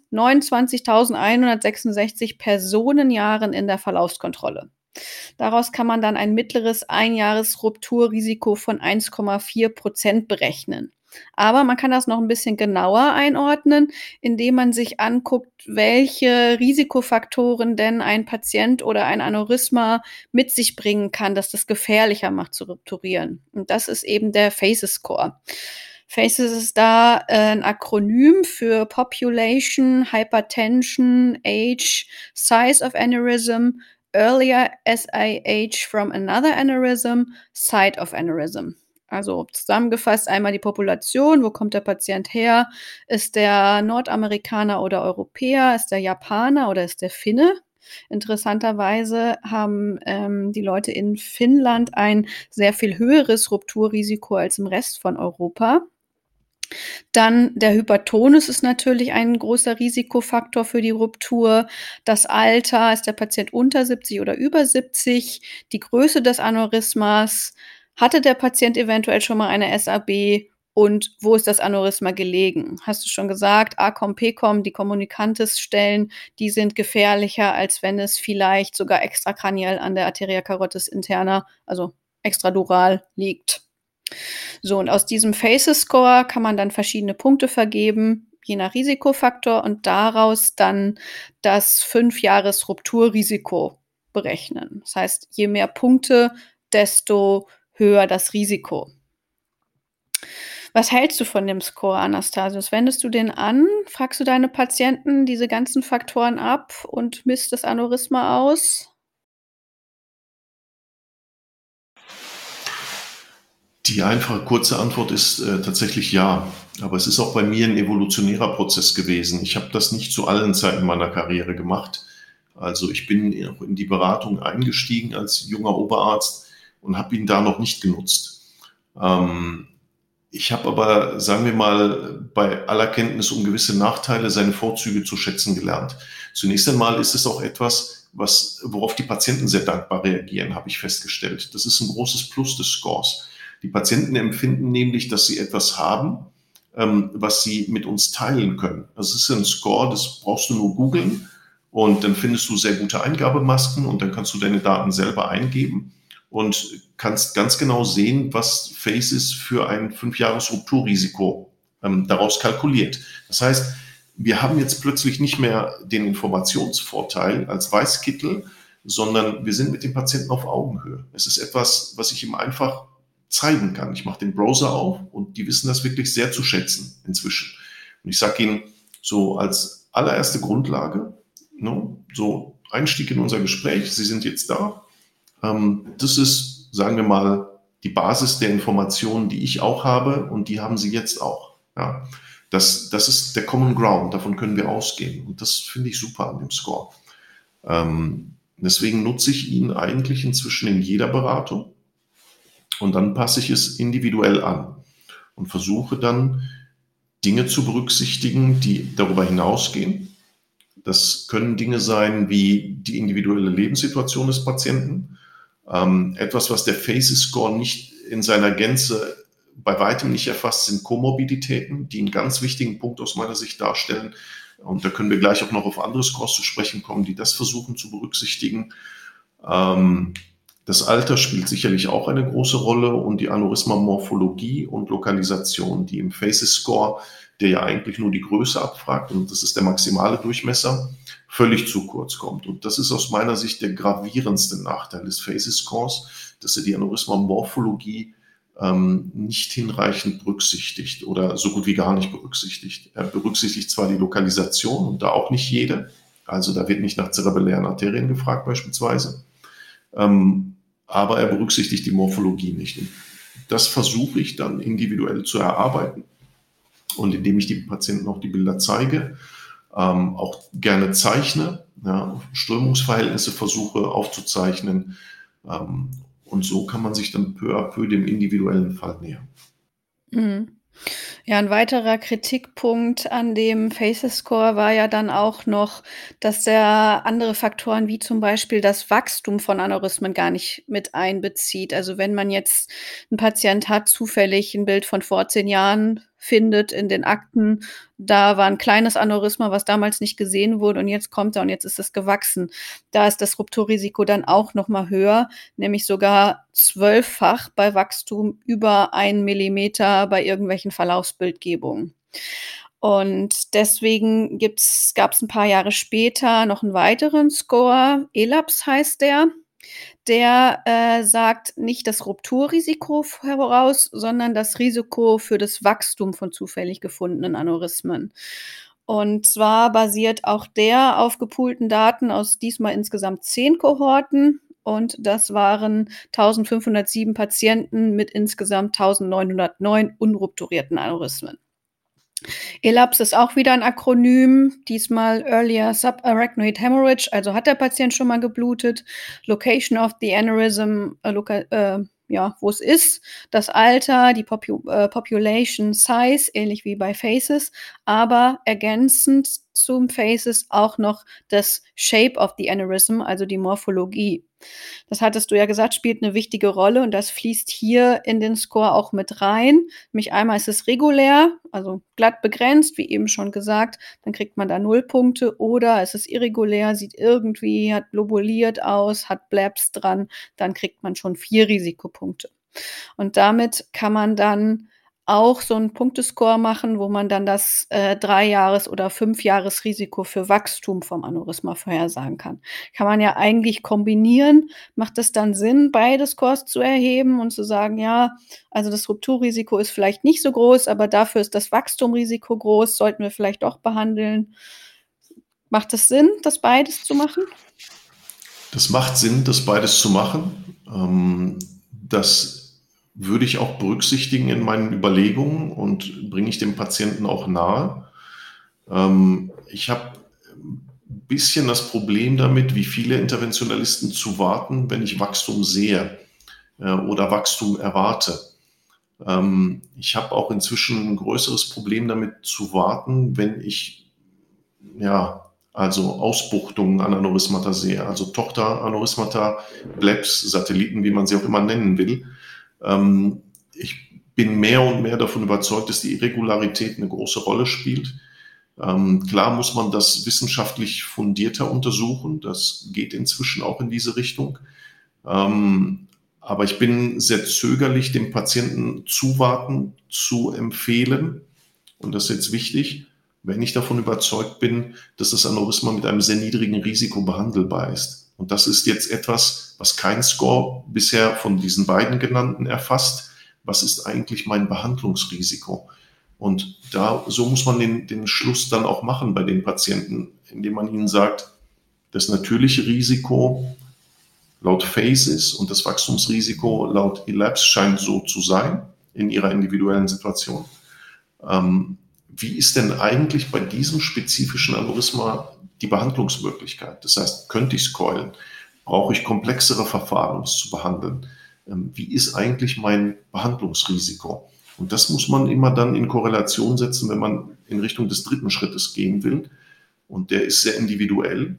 neunundzwanzigtausendeinhundertsechsundsechzig Personenjahren in der Verlaufskontrolle. Daraus kann man dann ein mittleres Einjahresrupturrisiko von eins Komma vier Prozent berechnen. Aber man kann das noch ein bisschen genauer einordnen, indem man sich anguckt, welche Risikofaktoren denn ein Patient oder ein Aneurysma mit sich bringen kann, dass das gefährlicher macht zu rupturieren. Und das ist eben der FACES-Score. FACES ist da äh, ein Akronym für Population, Hypertension, Age, Size of Aneurysm, Earlier S I H from another aneurysm, Site of Aneurysm. Also zusammengefasst einmal die Population, wo kommt der Patient her? Ist der Nordamerikaner oder Europäer? Ist der Japaner oder ist der Finne? Interessanterweise haben ähm, die Leute in Finnland ein sehr viel höheres Rupturrisiko als im Rest von Europa. Dann der Hypertonus ist natürlich ein großer Risikofaktor für die Ruptur. Das Alter, ist der Patient unter siebzig oder über siebzig? Die Größe des Aneurysmas, hatte der Patient eventuell schon mal eine S A B und wo ist das Aneurysma gelegen? Hast du schon gesagt, A C O M, P C O M, die Communicantis-Stellen, die sind gefährlicher, als wenn es vielleicht sogar extrakraniell an der Arteria carotis interna, also extradural liegt. So, und aus diesem FACES-Score kann man dann verschiedene Punkte vergeben, je nach Risikofaktor, und daraus dann das Fünf-Jahres-Rupturrisiko berechnen. Das heißt, je mehr Punkte, desto höher das Risiko. Was hältst du von dem Score, Anastasius? Wendest du den an? Fragst du deine Patienten diese ganzen Faktoren ab und misst das Aneurysma aus? Die einfache, kurze Antwort ist äh, tatsächlich ja. Aber es ist auch bei mir ein evolutionärer Prozess gewesen. Ich habe das nicht zu allen Zeiten meiner Karriere gemacht. Also ich bin auch in die Beratung eingestiegen als junger Oberarzt und habe ihn da noch nicht genutzt. Ähm, ich habe aber, sagen wir mal, bei aller Kenntnis um gewisse Nachteile seine Vorzüge zu schätzen gelernt. Zunächst einmal ist es auch etwas, was, worauf die Patienten sehr dankbar reagieren, habe ich festgestellt. Das ist ein großes Plus des Scores. Die Patienten empfinden nämlich, dass sie etwas haben, ähm, was sie mit uns teilen können. Das ist ein Score, das brauchst du nur googeln und dann findest du sehr gute Eingabemasken und dann kannst du deine Daten selber eingeben und kannst ganz genau sehen, was Faces für ein Fünf-Jahres-Rupturrisiko ähm, daraus kalkuliert. Das heißt, wir haben jetzt plötzlich nicht mehr den Informationsvorteil als Weißkittel, sondern wir sind mit dem Patienten auf Augenhöhe. Es ist etwas, was ich ihm einfach zeigen kann. Ich mache den Browser auf und die wissen das wirklich sehr zu schätzen inzwischen. Und ich sage ihnen so als allererste Grundlage, ne, so Einstieg in unser Gespräch, Sie sind jetzt da. Ähm, das ist, sagen wir mal, die Basis der Informationen, die ich auch habe und die haben Sie jetzt auch. Ja. Das, das ist der Common Ground, davon können wir ausgehen. Und das finde ich super an dem Score. Ähm, deswegen nutze ich ihn eigentlich inzwischen in jeder Beratung und dann passe ich es individuell an und versuche dann Dinge zu berücksichtigen, die darüber hinausgehen. Das können Dinge sein wie die individuelle Lebenssituation des Patienten. Ähm, etwas, was der FACES-Score nicht in seiner Gänze bei weitem nicht erfasst, sind Komorbiditäten, die einen ganz wichtigen Punkt aus meiner Sicht darstellen. Und da können wir gleich auch noch auf andere Scores zu sprechen kommen, die das versuchen zu berücksichtigen. Ähm, das Alter spielt sicherlich auch eine große Rolle und die Aneurysma-Morphologie und Lokalisation, die im FACES-Score, der ja eigentlich nur die Größe abfragt, und das ist der maximale Durchmesser, völlig zu kurz kommt. Und das ist aus meiner Sicht der gravierendste Nachteil des FACES-Scores, dass er die Aneurysma-Morphologie ähm, nicht hinreichend berücksichtigt oder so gut wie gar nicht berücksichtigt. Er berücksichtigt zwar die Lokalisation und da auch nicht jede, also da wird nicht nach zerebellären Arterien gefragt beispielsweise, ähm, aber er berücksichtigt die Morphologie nicht. Und das versuche ich dann individuell zu erarbeiten und indem ich dem Patienten auch die Bilder zeige, ähm, auch gerne zeichne, ja, Strömungsverhältnisse versuche aufzuzeichnen, ähm, und so kann man sich dann peu à peu dem individuellen Fall nähern. Mhm. Ja, ein weiterer Kritikpunkt an dem FACES-Score war ja dann auch noch, dass er andere Faktoren wie zum Beispiel das Wachstum von Aneurysmen gar nicht mit einbezieht. Also wenn man jetzt einen Patient hat, zufällig ein Bild von vor zehn Jahren findet in den Akten, da war ein kleines Aneurysma, was damals nicht gesehen wurde und jetzt kommt er und jetzt ist es gewachsen. Da ist das Rupturrisiko dann auch noch mal höher, nämlich sogar zwölffach bei Wachstum über einen Millimeter bei irgendwelchen Verlaufsbildgebungen. Und deswegen gibt's gab's ein paar Jahre später noch einen weiteren Score, ELAPS heißt der. Der äh, sagt nicht das Rupturrisiko voraus, sondern das Risiko für das Wachstum von zufällig gefundenen Aneurysmen. Und zwar basiert auch der auf gepoolten Daten aus diesmal insgesamt zehn Kohorten. Und das waren eintausendfünfhundertsieben Patienten mit insgesamt eintausendneunhundertneun unrupturierten Aneurysmen. ELAPS ist auch wieder ein Akronym, diesmal Earlier Subarachnoid Hemorrhage, also hat der Patient schon mal geblutet. Location of the Aneurysm, äh, loka- äh, ja, wo es ist, das Alter, die Popu- äh, Population Size, ähnlich wie bei FACES, aber ergänzend zum FACES auch noch das Shape of the Aneurysm, also die Morphologie. Das hattest du ja gesagt, spielt eine wichtige Rolle und das fließt hier in den Score auch mit rein. Nämlich einmal ist es regulär, also glatt begrenzt, wie eben schon gesagt, dann kriegt man da null Punkte, oder es ist irregulär, sieht irgendwie, hat lobuliert aus, hat Blebs dran, dann kriegt man schon vier Risikopunkte. Und damit kann man dann auch so einen Punktescore machen, wo man dann das äh, Drei-Jahres- oder Fünf-Jahres-Risiko für Wachstum vom Aneurysma vorhersagen kann. Kann man ja eigentlich kombinieren. Macht es dann Sinn, beide Scores zu erheben und zu sagen, ja, also das Rupturrisiko ist vielleicht nicht so groß, aber dafür ist das Wachstumrisiko groß, sollten wir vielleicht doch behandeln. Macht es Sinn, das beides zu machen? Das macht Sinn, das beides zu machen. Ähm, das würde ich auch berücksichtigen in meinen Überlegungen und bringe ich dem Patienten auch nahe. Ähm, ich habe ein bisschen das Problem damit, wie viele Interventionalisten zu warten, wenn ich Wachstum sehe äh, oder Wachstum erwarte. Ähm, ich habe auch inzwischen ein größeres Problem damit zu warten, wenn ich ja also Ausbuchtungen an Aneurysmata sehe, also Tochteraneurysmata, Blebs, Satelliten, wie man sie auch immer nennen will. Ähm, ich bin mehr und mehr davon überzeugt, dass die Irregularität eine große Rolle spielt. Ähm, klar muss man das wissenschaftlich fundierter untersuchen. Das geht inzwischen auch in diese Richtung. Ähm, aber ich bin sehr zögerlich, dem Patienten Zuwarten zu empfehlen. Und das ist jetzt wichtig, wenn ich davon überzeugt bin, dass das Aneurysma mit einem sehr niedrigen Risiko behandelbar ist. Und das ist jetzt etwas, was kein Score bisher von diesen beiden genannten erfasst. Was ist eigentlich mein Behandlungsrisiko? Und da, so muss man den, den Schluss dann auch machen bei den Patienten, indem man ihnen sagt, das natürliche Risiko laut Phases und das Wachstumsrisiko laut Elapse scheint so zu sein in ihrer individuellen Situation. Ähm, wie ist denn eigentlich bei diesem spezifischen Aneurysma die Behandlungsmöglichkeit? Das heißt, könnte ich es coilen? Brauche ich komplexere Verfahren, um es zu behandeln? Ähm, wie ist eigentlich mein Behandlungsrisiko? Und das muss man immer dann in Korrelation setzen, wenn man in Richtung des dritten Schrittes gehen will. Und der ist sehr individuell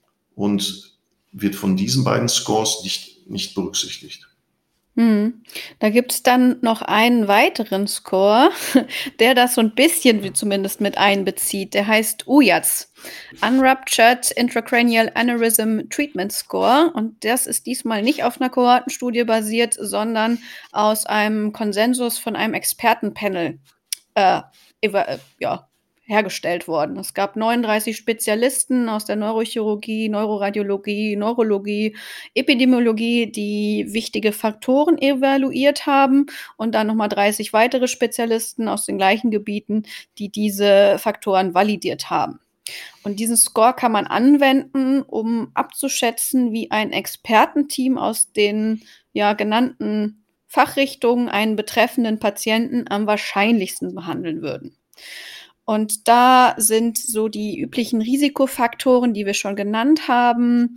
und wird von diesen beiden Scores nicht, nicht berücksichtigt. Hm. Da gibt es dann noch einen weiteren Score, der das so ein bisschen wie zumindest mit einbezieht. Der heißt U Y A T S, Unruptured Intracranial Aneurysm Treatment Score. Und das ist diesmal nicht auf einer Kohortenstudie basiert, sondern aus einem Konsensus von einem Expertenpanel äh, äh, ja, hergestellt worden. Es gab neununddreißig Spezialisten aus der Neurochirurgie, Neuroradiologie, Neurologie, Epidemiologie, die wichtige Faktoren evaluiert haben und dann nochmal dreißig weitere Spezialisten aus den gleichen Gebieten, die diese Faktoren validiert haben. Und diesen Score kann man anwenden, um abzuschätzen, wie ein Expertenteam aus den ja, genannten Fachrichtungen einen betreffenden Patienten am wahrscheinlichsten behandeln würden. Und da sind so die üblichen Risikofaktoren, die wir schon genannt haben,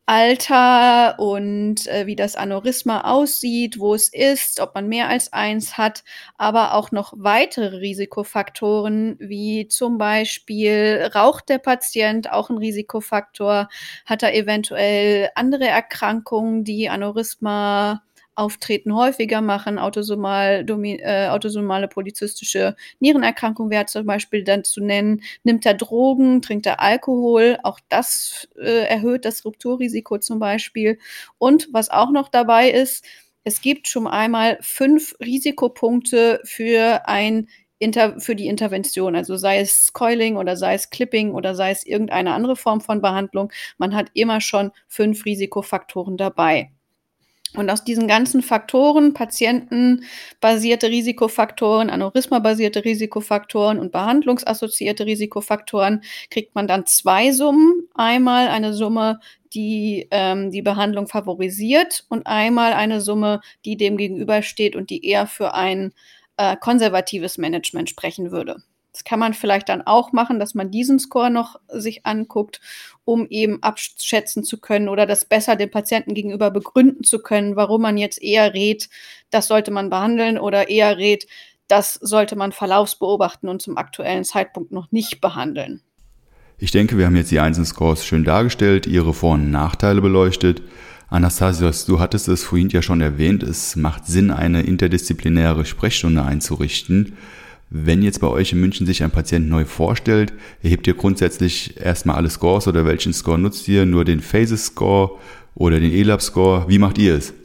Alter und äh, wie das Aneurysma aussieht, wo es ist, ob man mehr als eins hat, aber auch noch weitere Risikofaktoren, wie zum Beispiel raucht der Patient, auch ein Risikofaktor, hat er eventuell andere Erkrankungen, die Aneurysma Auftreten häufiger machen, autosomal, domi- äh, autosomale polyzystische Nierenerkrankung wäre zum Beispiel dann zu nennen. Nimmt er Drogen, trinkt er Alkohol, auch das äh, erhöht das Rupturrisiko zum Beispiel. Und was auch noch dabei ist, es gibt schon einmal fünf Risikopunkte für ein Inter- für die Intervention, also sei es Coiling oder sei es Clipping oder sei es irgendeine andere Form von Behandlung. Man hat immer schon fünf Risikofaktoren dabei. Und aus diesen ganzen Faktoren, patientenbasierte Risikofaktoren, Aneurysma-basierte Risikofaktoren und behandlungsassoziierte Risikofaktoren, kriegt man dann zwei Summen. Einmal eine Summe, die ähm, die Behandlung favorisiert und einmal eine Summe, die dem gegenübersteht und die eher für ein äh, konservatives Management sprechen würde. Das kann man vielleicht dann auch machen, dass man diesen Score noch sich anguckt, um eben abschätzen zu können oder das besser dem Patienten gegenüber begründen zu können, warum man jetzt eher rät, das sollte man behandeln oder eher rät, das sollte man verlaufsbeobachten und zum aktuellen Zeitpunkt noch nicht behandeln. Ich denke, wir haben jetzt die einzelnen Scores schön dargestellt, ihre Vor- und Nachteile beleuchtet. Anastasios, du hattest es vorhin ja schon erwähnt, es macht Sinn, eine interdisziplinäre Sprechstunde einzurichten. Wenn jetzt bei euch in München sich ein Patient neu vorstellt, erhebt ihr grundsätzlich erstmal alle Scores oder welchen Score nutzt ihr? Nur den Phases-Score oder den E L A P-Score? Wie macht ihr es?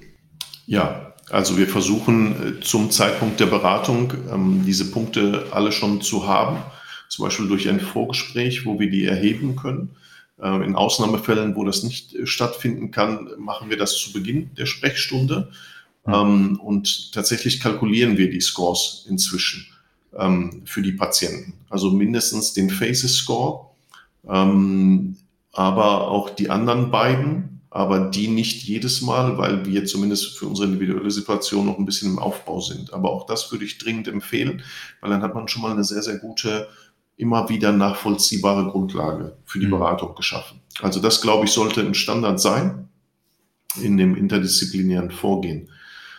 Ja, also wir versuchen zum Zeitpunkt der Beratung ähm, diese Punkte alle schon zu haben, zum Beispiel durch ein Vorgespräch, wo wir die erheben können. Äh, in Ausnahmefällen, wo das nicht äh, stattfinden kann, machen wir das zu Beginn der Sprechstunde. Mhm. Ähm, und tatsächlich kalkulieren wir die Scores inzwischen für die Patienten. Also mindestens den Phases-Score, ähm, aber auch die anderen beiden, aber die nicht jedes Mal, weil wir zumindest für unsere individuelle Situation noch ein bisschen im Aufbau sind. Aber auch das würde ich dringend empfehlen, weil dann hat man schon mal eine sehr, sehr gute, immer wieder nachvollziehbare Grundlage für die Beratung geschaffen. Also das, glaube ich, sollte ein Standard sein in dem interdisziplinären Vorgehen.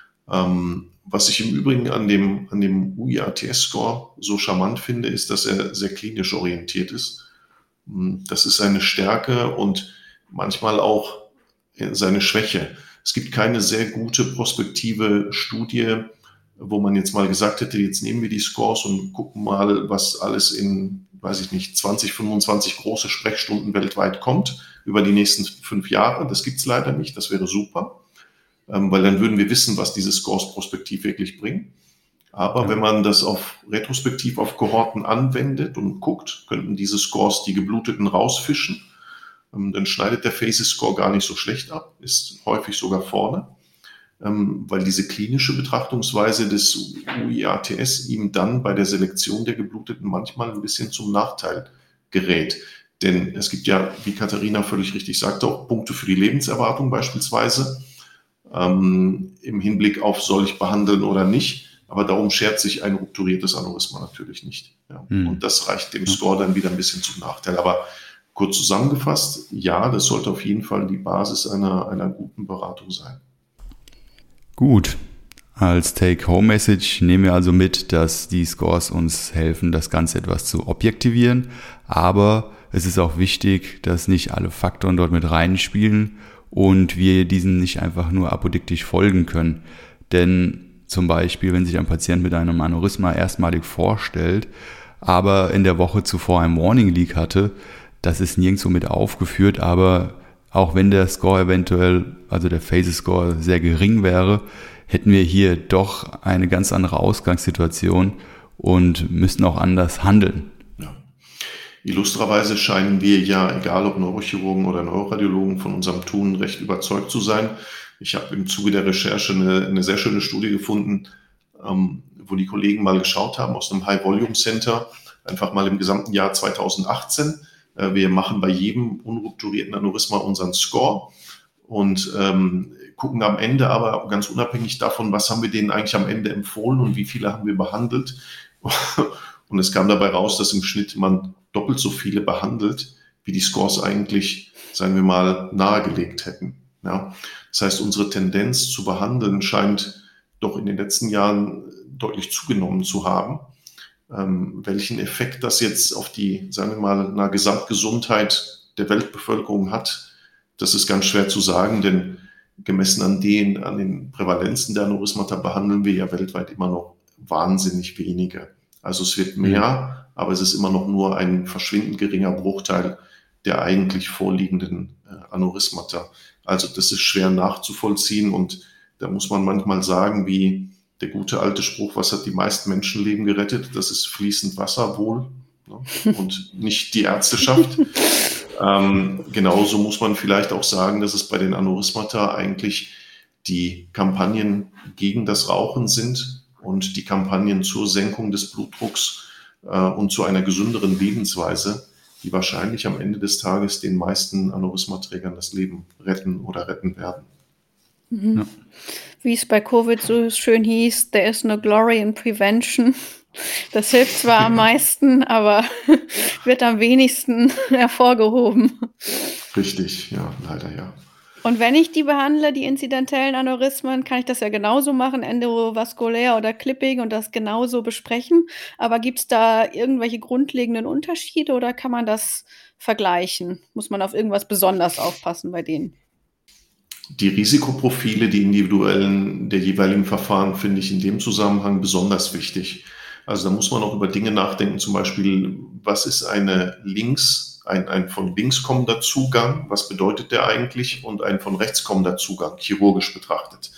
Ähm, Was ich im Übrigen an dem, an dem U Y A T S-Score so charmant finde, ist, dass er sehr klinisch orientiert ist. Das ist seine Stärke und manchmal auch seine Schwäche. Es gibt keine sehr gute prospektive Studie wo man jetzt mal gesagt hätte, jetzt nehmen wir die Scores und gucken mal, was alles in, weiß ich nicht, zwanzig, fünfundzwanzig große Sprechstunden weltweit kommt über die nächsten fünf Jahre. Das gibt's leider nicht, das wäre super, ähm, weil dann würden wir wissen, was diese Scores prospektiv wirklich bringen. Aber ja. wenn man das auf retrospektiv auf Kohorten anwendet und guckt, könnten diese Scores die Gebluteten rausfischen. Ähm, dann schneidet der FACES-Score gar nicht so schlecht ab, ist häufig sogar vorne. Ähm, weil diese klinische Betrachtungsweise des U I A T S ihm dann bei der Selektion der Gebluteten manchmal ein bisschen zum Nachteil gerät. Denn es gibt ja, wie Katharina völlig richtig sagte, auch Punkte für die Lebenserwartung beispielsweise, ähm, im Hinblick auf soll ich behandeln oder nicht. Aber darum schert sich ein rupturiertes Aneurysma natürlich nicht. Ja. Mhm. Und das reicht dem Score dann wieder ein bisschen zum Nachteil. Aber kurz zusammengefasst, ja, das sollte auf jeden Fall die Basis einer, einer guten Beratung sein. Gut, als Take-Home-Message nehmen wir also mit, dass die Scores uns helfen, das Ganze etwas zu objektivieren, aber es ist auch wichtig, dass nicht alle Faktoren dort mit reinspielen und wir diesen nicht einfach nur apodiktisch folgen können. Denn zum Beispiel, wenn sich ein Patient mit einem Aneurysma erstmalig vorstellt, aber in der Woche zuvor ein Warning Leak hatte, das ist nirgendwo mit aufgeführt, aber auch wenn der Score eventuell, also der FACES-Score sehr gering wäre, hätten wir hier doch eine ganz andere Ausgangssituation und müssten auch anders handeln. Ja. Illustrerweise scheinen wir ja, egal ob Neurochirurgen oder Neuroradiologen, von unserem Tun recht überzeugt zu sein. Ich habe im Zuge der Recherche eine, eine sehr schöne Studie gefunden, ähm, wo die Kollegen mal geschaut haben aus einem High-Volume-Center, einfach mal im gesamten Jahr zweitausendachtzehn. Wir machen bei jedem unrupturierten Aneurysma unseren Score und ähm, gucken am Ende aber ganz unabhängig davon, was haben wir denen eigentlich am Ende empfohlen und wie viele haben wir behandelt. Und es kam dabei raus, dass im Schnitt man doppelt so viele behandelt, wie die Scores eigentlich, sagen wir mal, nahegelegt hätten. Ja? Das heißt, unsere Tendenz zu behandeln scheint doch in den letzten Jahren deutlich zugenommen zu haben. Ähm, welchen Effekt das jetzt auf die, sagen wir mal, na, Gesamtgesundheit der Weltbevölkerung hat, das ist ganz schwer zu sagen, denn gemessen an den, an den Prävalenzen der Aneurysmata behandeln wir ja weltweit immer noch wahnsinnig wenige. Also es wird mehr, aber es ist immer noch nur ein verschwindend geringer Bruchteil der eigentlich vorliegenden äh, Aneurysmata. Also das ist schwer nachzuvollziehen und da muss man manchmal sagen, wie der gute alte Spruch, was hat die meisten Menschenleben gerettet? Das ist fließend Wasser wohl, ne? Und nicht die Ärzteschaft. ähm, genauso muss man vielleicht auch sagen, dass es bei den Aneurysmata eigentlich die Kampagnen gegen das Rauchen sind und die Kampagnen zur Senkung des Blutdrucks äh, und zu einer gesünderen Lebensweise, die wahrscheinlich am Ende des Tages den meisten Aneurysmaträgern das Leben retten oder retten werden. Mhm. Ja. Wie es bei Covid so schön hieß, there is no glory in prevention. Das hilft zwar am meisten, aber wird am wenigsten hervorgehoben. Richtig, ja, leider ja. Und wenn ich die behandle, die inzidentellen Aneurysmen, kann ich das ja genauso machen, endovaskulär oder Clipping und das genauso besprechen. Aber gibt es da irgendwelche grundlegenden Unterschiede oder kann man das vergleichen? Muss man auf irgendwas besonders aufpassen bei denen? Die Risikoprofile, die individuellen der jeweiligen Verfahren, finde ich in dem Zusammenhang besonders wichtig. Also da muss man auch über Dinge nachdenken, zum Beispiel, was ist eine links, ein, ein von links kommender Zugang, was bedeutet der eigentlich, und ein von rechts kommender Zugang, chirurgisch betrachtet.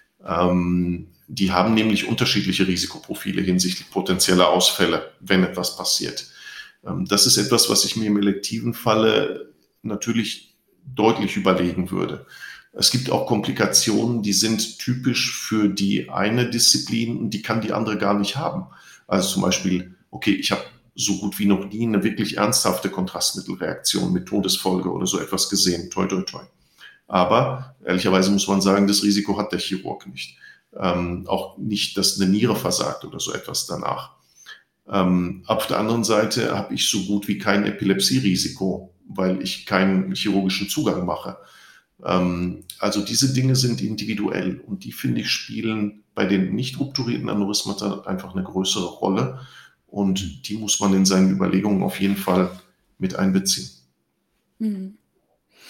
Ähm, die haben nämlich unterschiedliche Risikoprofile hinsichtlich potenzieller Ausfälle, wenn etwas passiert. Ähm, das ist etwas, was ich mir im elektiven Falle natürlich deutlich überlegen würde. Es gibt auch Komplikationen, die sind typisch für die eine Disziplin und die kann die andere gar nicht haben. Also zum Beispiel, okay, ich habe so gut wie noch nie eine wirklich ernsthafte Kontrastmittelreaktion mit Todesfolge oder so etwas gesehen. Toi, toi, toi. Aber ehrlicherweise muss man sagen, das Risiko hat der Chirurg nicht. Ähm, auch nicht, dass eine Niere versagt oder so etwas danach. Ähm, auf der anderen Seite habe ich so gut wie kein Epilepsierisiko, weil ich keinen chirurgischen Zugang mache. Ähm, also diese Dinge sind individuell und die, finde ich, spielen bei den nicht rupturierten Aneurysmata einfach eine größere Rolle und die muss man in seinen Überlegungen auf jeden Fall mit einbeziehen. Mhm.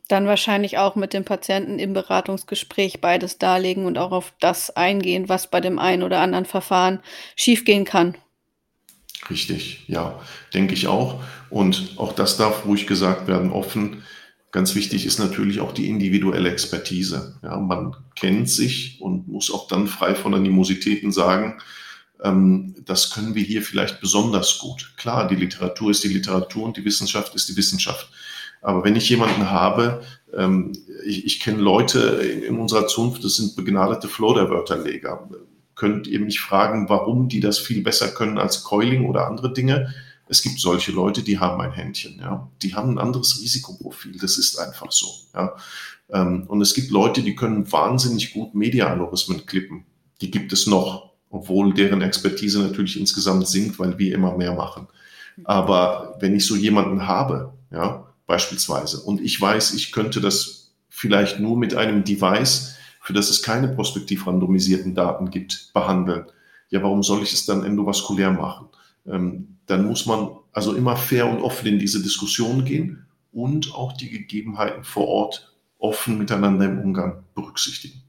Dann wahrscheinlich auch mit dem Patienten im Beratungsgespräch beides darlegen und auch auf das eingehen, was bei dem einen oder anderen Verfahren schiefgehen kann. Richtig, ja, denke ich auch. Und auch das darf ruhig gesagt werden, offen. Ganz wichtig ist natürlich auch die individuelle Expertise. Ja, man kennt sich und muss auch dann frei von Animositäten sagen, ähm, das können wir hier vielleicht besonders gut. Klar, die Literatur ist die Literatur und die Wissenschaft ist die Wissenschaft. Aber wenn ich jemanden habe, ähm, ich, ich kenne Leute in, in unserer Zunft, das sind begnadete Florida-Wörterleger. Könnt ihr mich fragen, warum die das viel besser können als Coiling oder andere Dinge? Es gibt solche Leute, die haben ein Händchen, ja. Die haben ein anderes Risikoprofil. Das ist einfach so, ja. Und es gibt Leute, die können wahnsinnig gut Medianeurysmen klippen. Die gibt es noch, obwohl deren Expertise natürlich insgesamt sinkt, weil wir immer mehr machen. Aber wenn ich so jemanden habe, ja, beispielsweise, und ich weiß, ich könnte das vielleicht nur mit einem Device, für das es keine prospektiv randomisierten Daten gibt, behandeln. Ja, warum soll ich es dann endovaskulär machen? Ähm, dann muss man also immer fair und offen in diese Diskussion gehen und auch die Gegebenheiten vor Ort offen miteinander im Umgang berücksichtigen.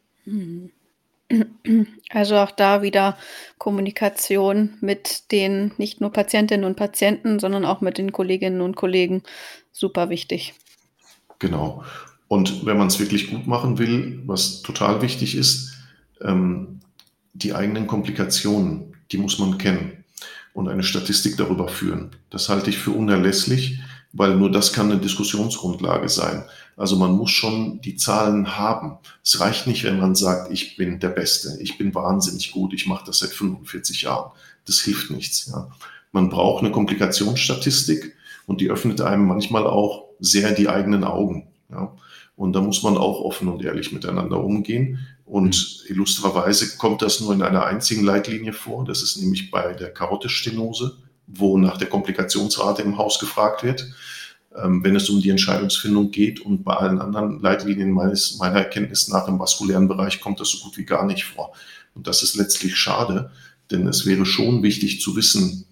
Also auch da wieder Kommunikation mit den nicht nur Patientinnen und Patienten, sondern auch mit den Kolleginnen und Kollegen. Super wichtig. Genau. Und wenn man es wirklich gut machen will, was total wichtig ist, ähm, die eigenen Komplikationen, die muss man kennen und eine Statistik darüber führen. Das halte ich für unerlässlich, weil nur das kann eine Diskussionsgrundlage sein. Also man muss schon die Zahlen haben. Es reicht nicht, wenn man sagt, ich bin der Beste, ich bin wahnsinnig gut, ich mache das seit fünfundvierzig Jahren. Das hilft nichts. Ja. Man braucht eine Komplikationsstatistik und die öffnet einem manchmal auch sehr die eigenen Augen. Ja. Und da muss man auch offen und ehrlich miteinander umgehen. Und illustrerweise kommt das nur in einer einzigen Leitlinie vor. Das ist nämlich bei der Karotisstenose, wo nach der Komplikationsrate im Haus gefragt wird, ähm, wenn es um die Entscheidungsfindung geht. Und bei allen anderen Leitlinien meines, meiner Erkenntnis nach im vaskulären Bereich kommt das so gut wie gar nicht vor. Und das ist letztlich schade, denn es wäre schon wichtig zu wissen,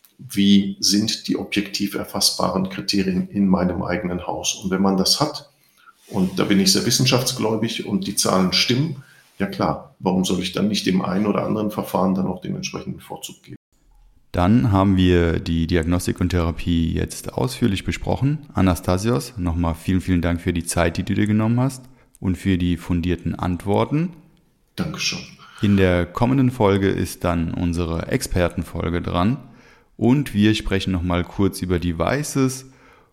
wie sind die objektiv erfassbaren Kriterien in meinem eigenen Haus. Und wenn man das hat, und da bin ich sehr wissenschaftsgläubig und die Zahlen stimmen, ja klar, warum soll ich dann nicht dem einen oder anderen Verfahren dann auch den entsprechenden Vorzug geben? Dann haben wir die Diagnostik und Therapie jetzt ausführlich besprochen. Anastasios, nochmal vielen, vielen Dank für die Zeit, die du dir genommen hast und für die fundierten Antworten. Dankeschön. In der kommenden Folge ist dann unsere Expertenfolge dran und wir sprechen nochmal kurz über Devices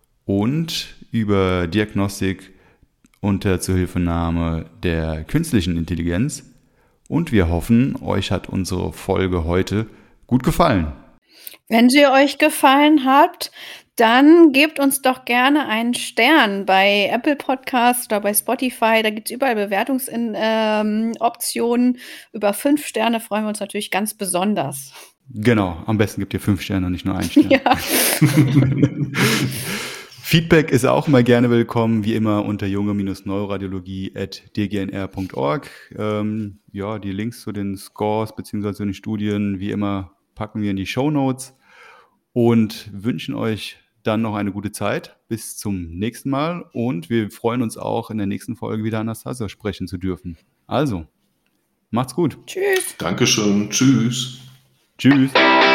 und über Diagnostik unter Zuhilfenahme der künstlichen Intelligenz. Und wir hoffen, euch hat unsere Folge heute gut gefallen. Wenn sie euch gefallen hat, dann gebt uns doch gerne einen Stern bei Apple Podcast oder bei Spotify. Da gibt es überall Bewertungsoptionen. Ähm, Über fünf Sterne freuen wir uns natürlich ganz besonders. Genau, am besten gebt ihr fünf Sterne und nicht nur einen Stern. Ja. Feedback ist auch immer gerne willkommen, wie immer unter junge-neuroradiologie at d g n r punkt org. Ähm, ja, die Links zu den Scores bzw. zu den Studien, wie immer, packen wir in die Shownotes und wünschen euch dann noch eine gute Zeit. Bis zum nächsten Mal und wir freuen uns auch, in der nächsten Folge wieder Anastasia sprechen zu dürfen. Also, macht's gut. Tschüss. Dankeschön. Tschüss. Tschüss.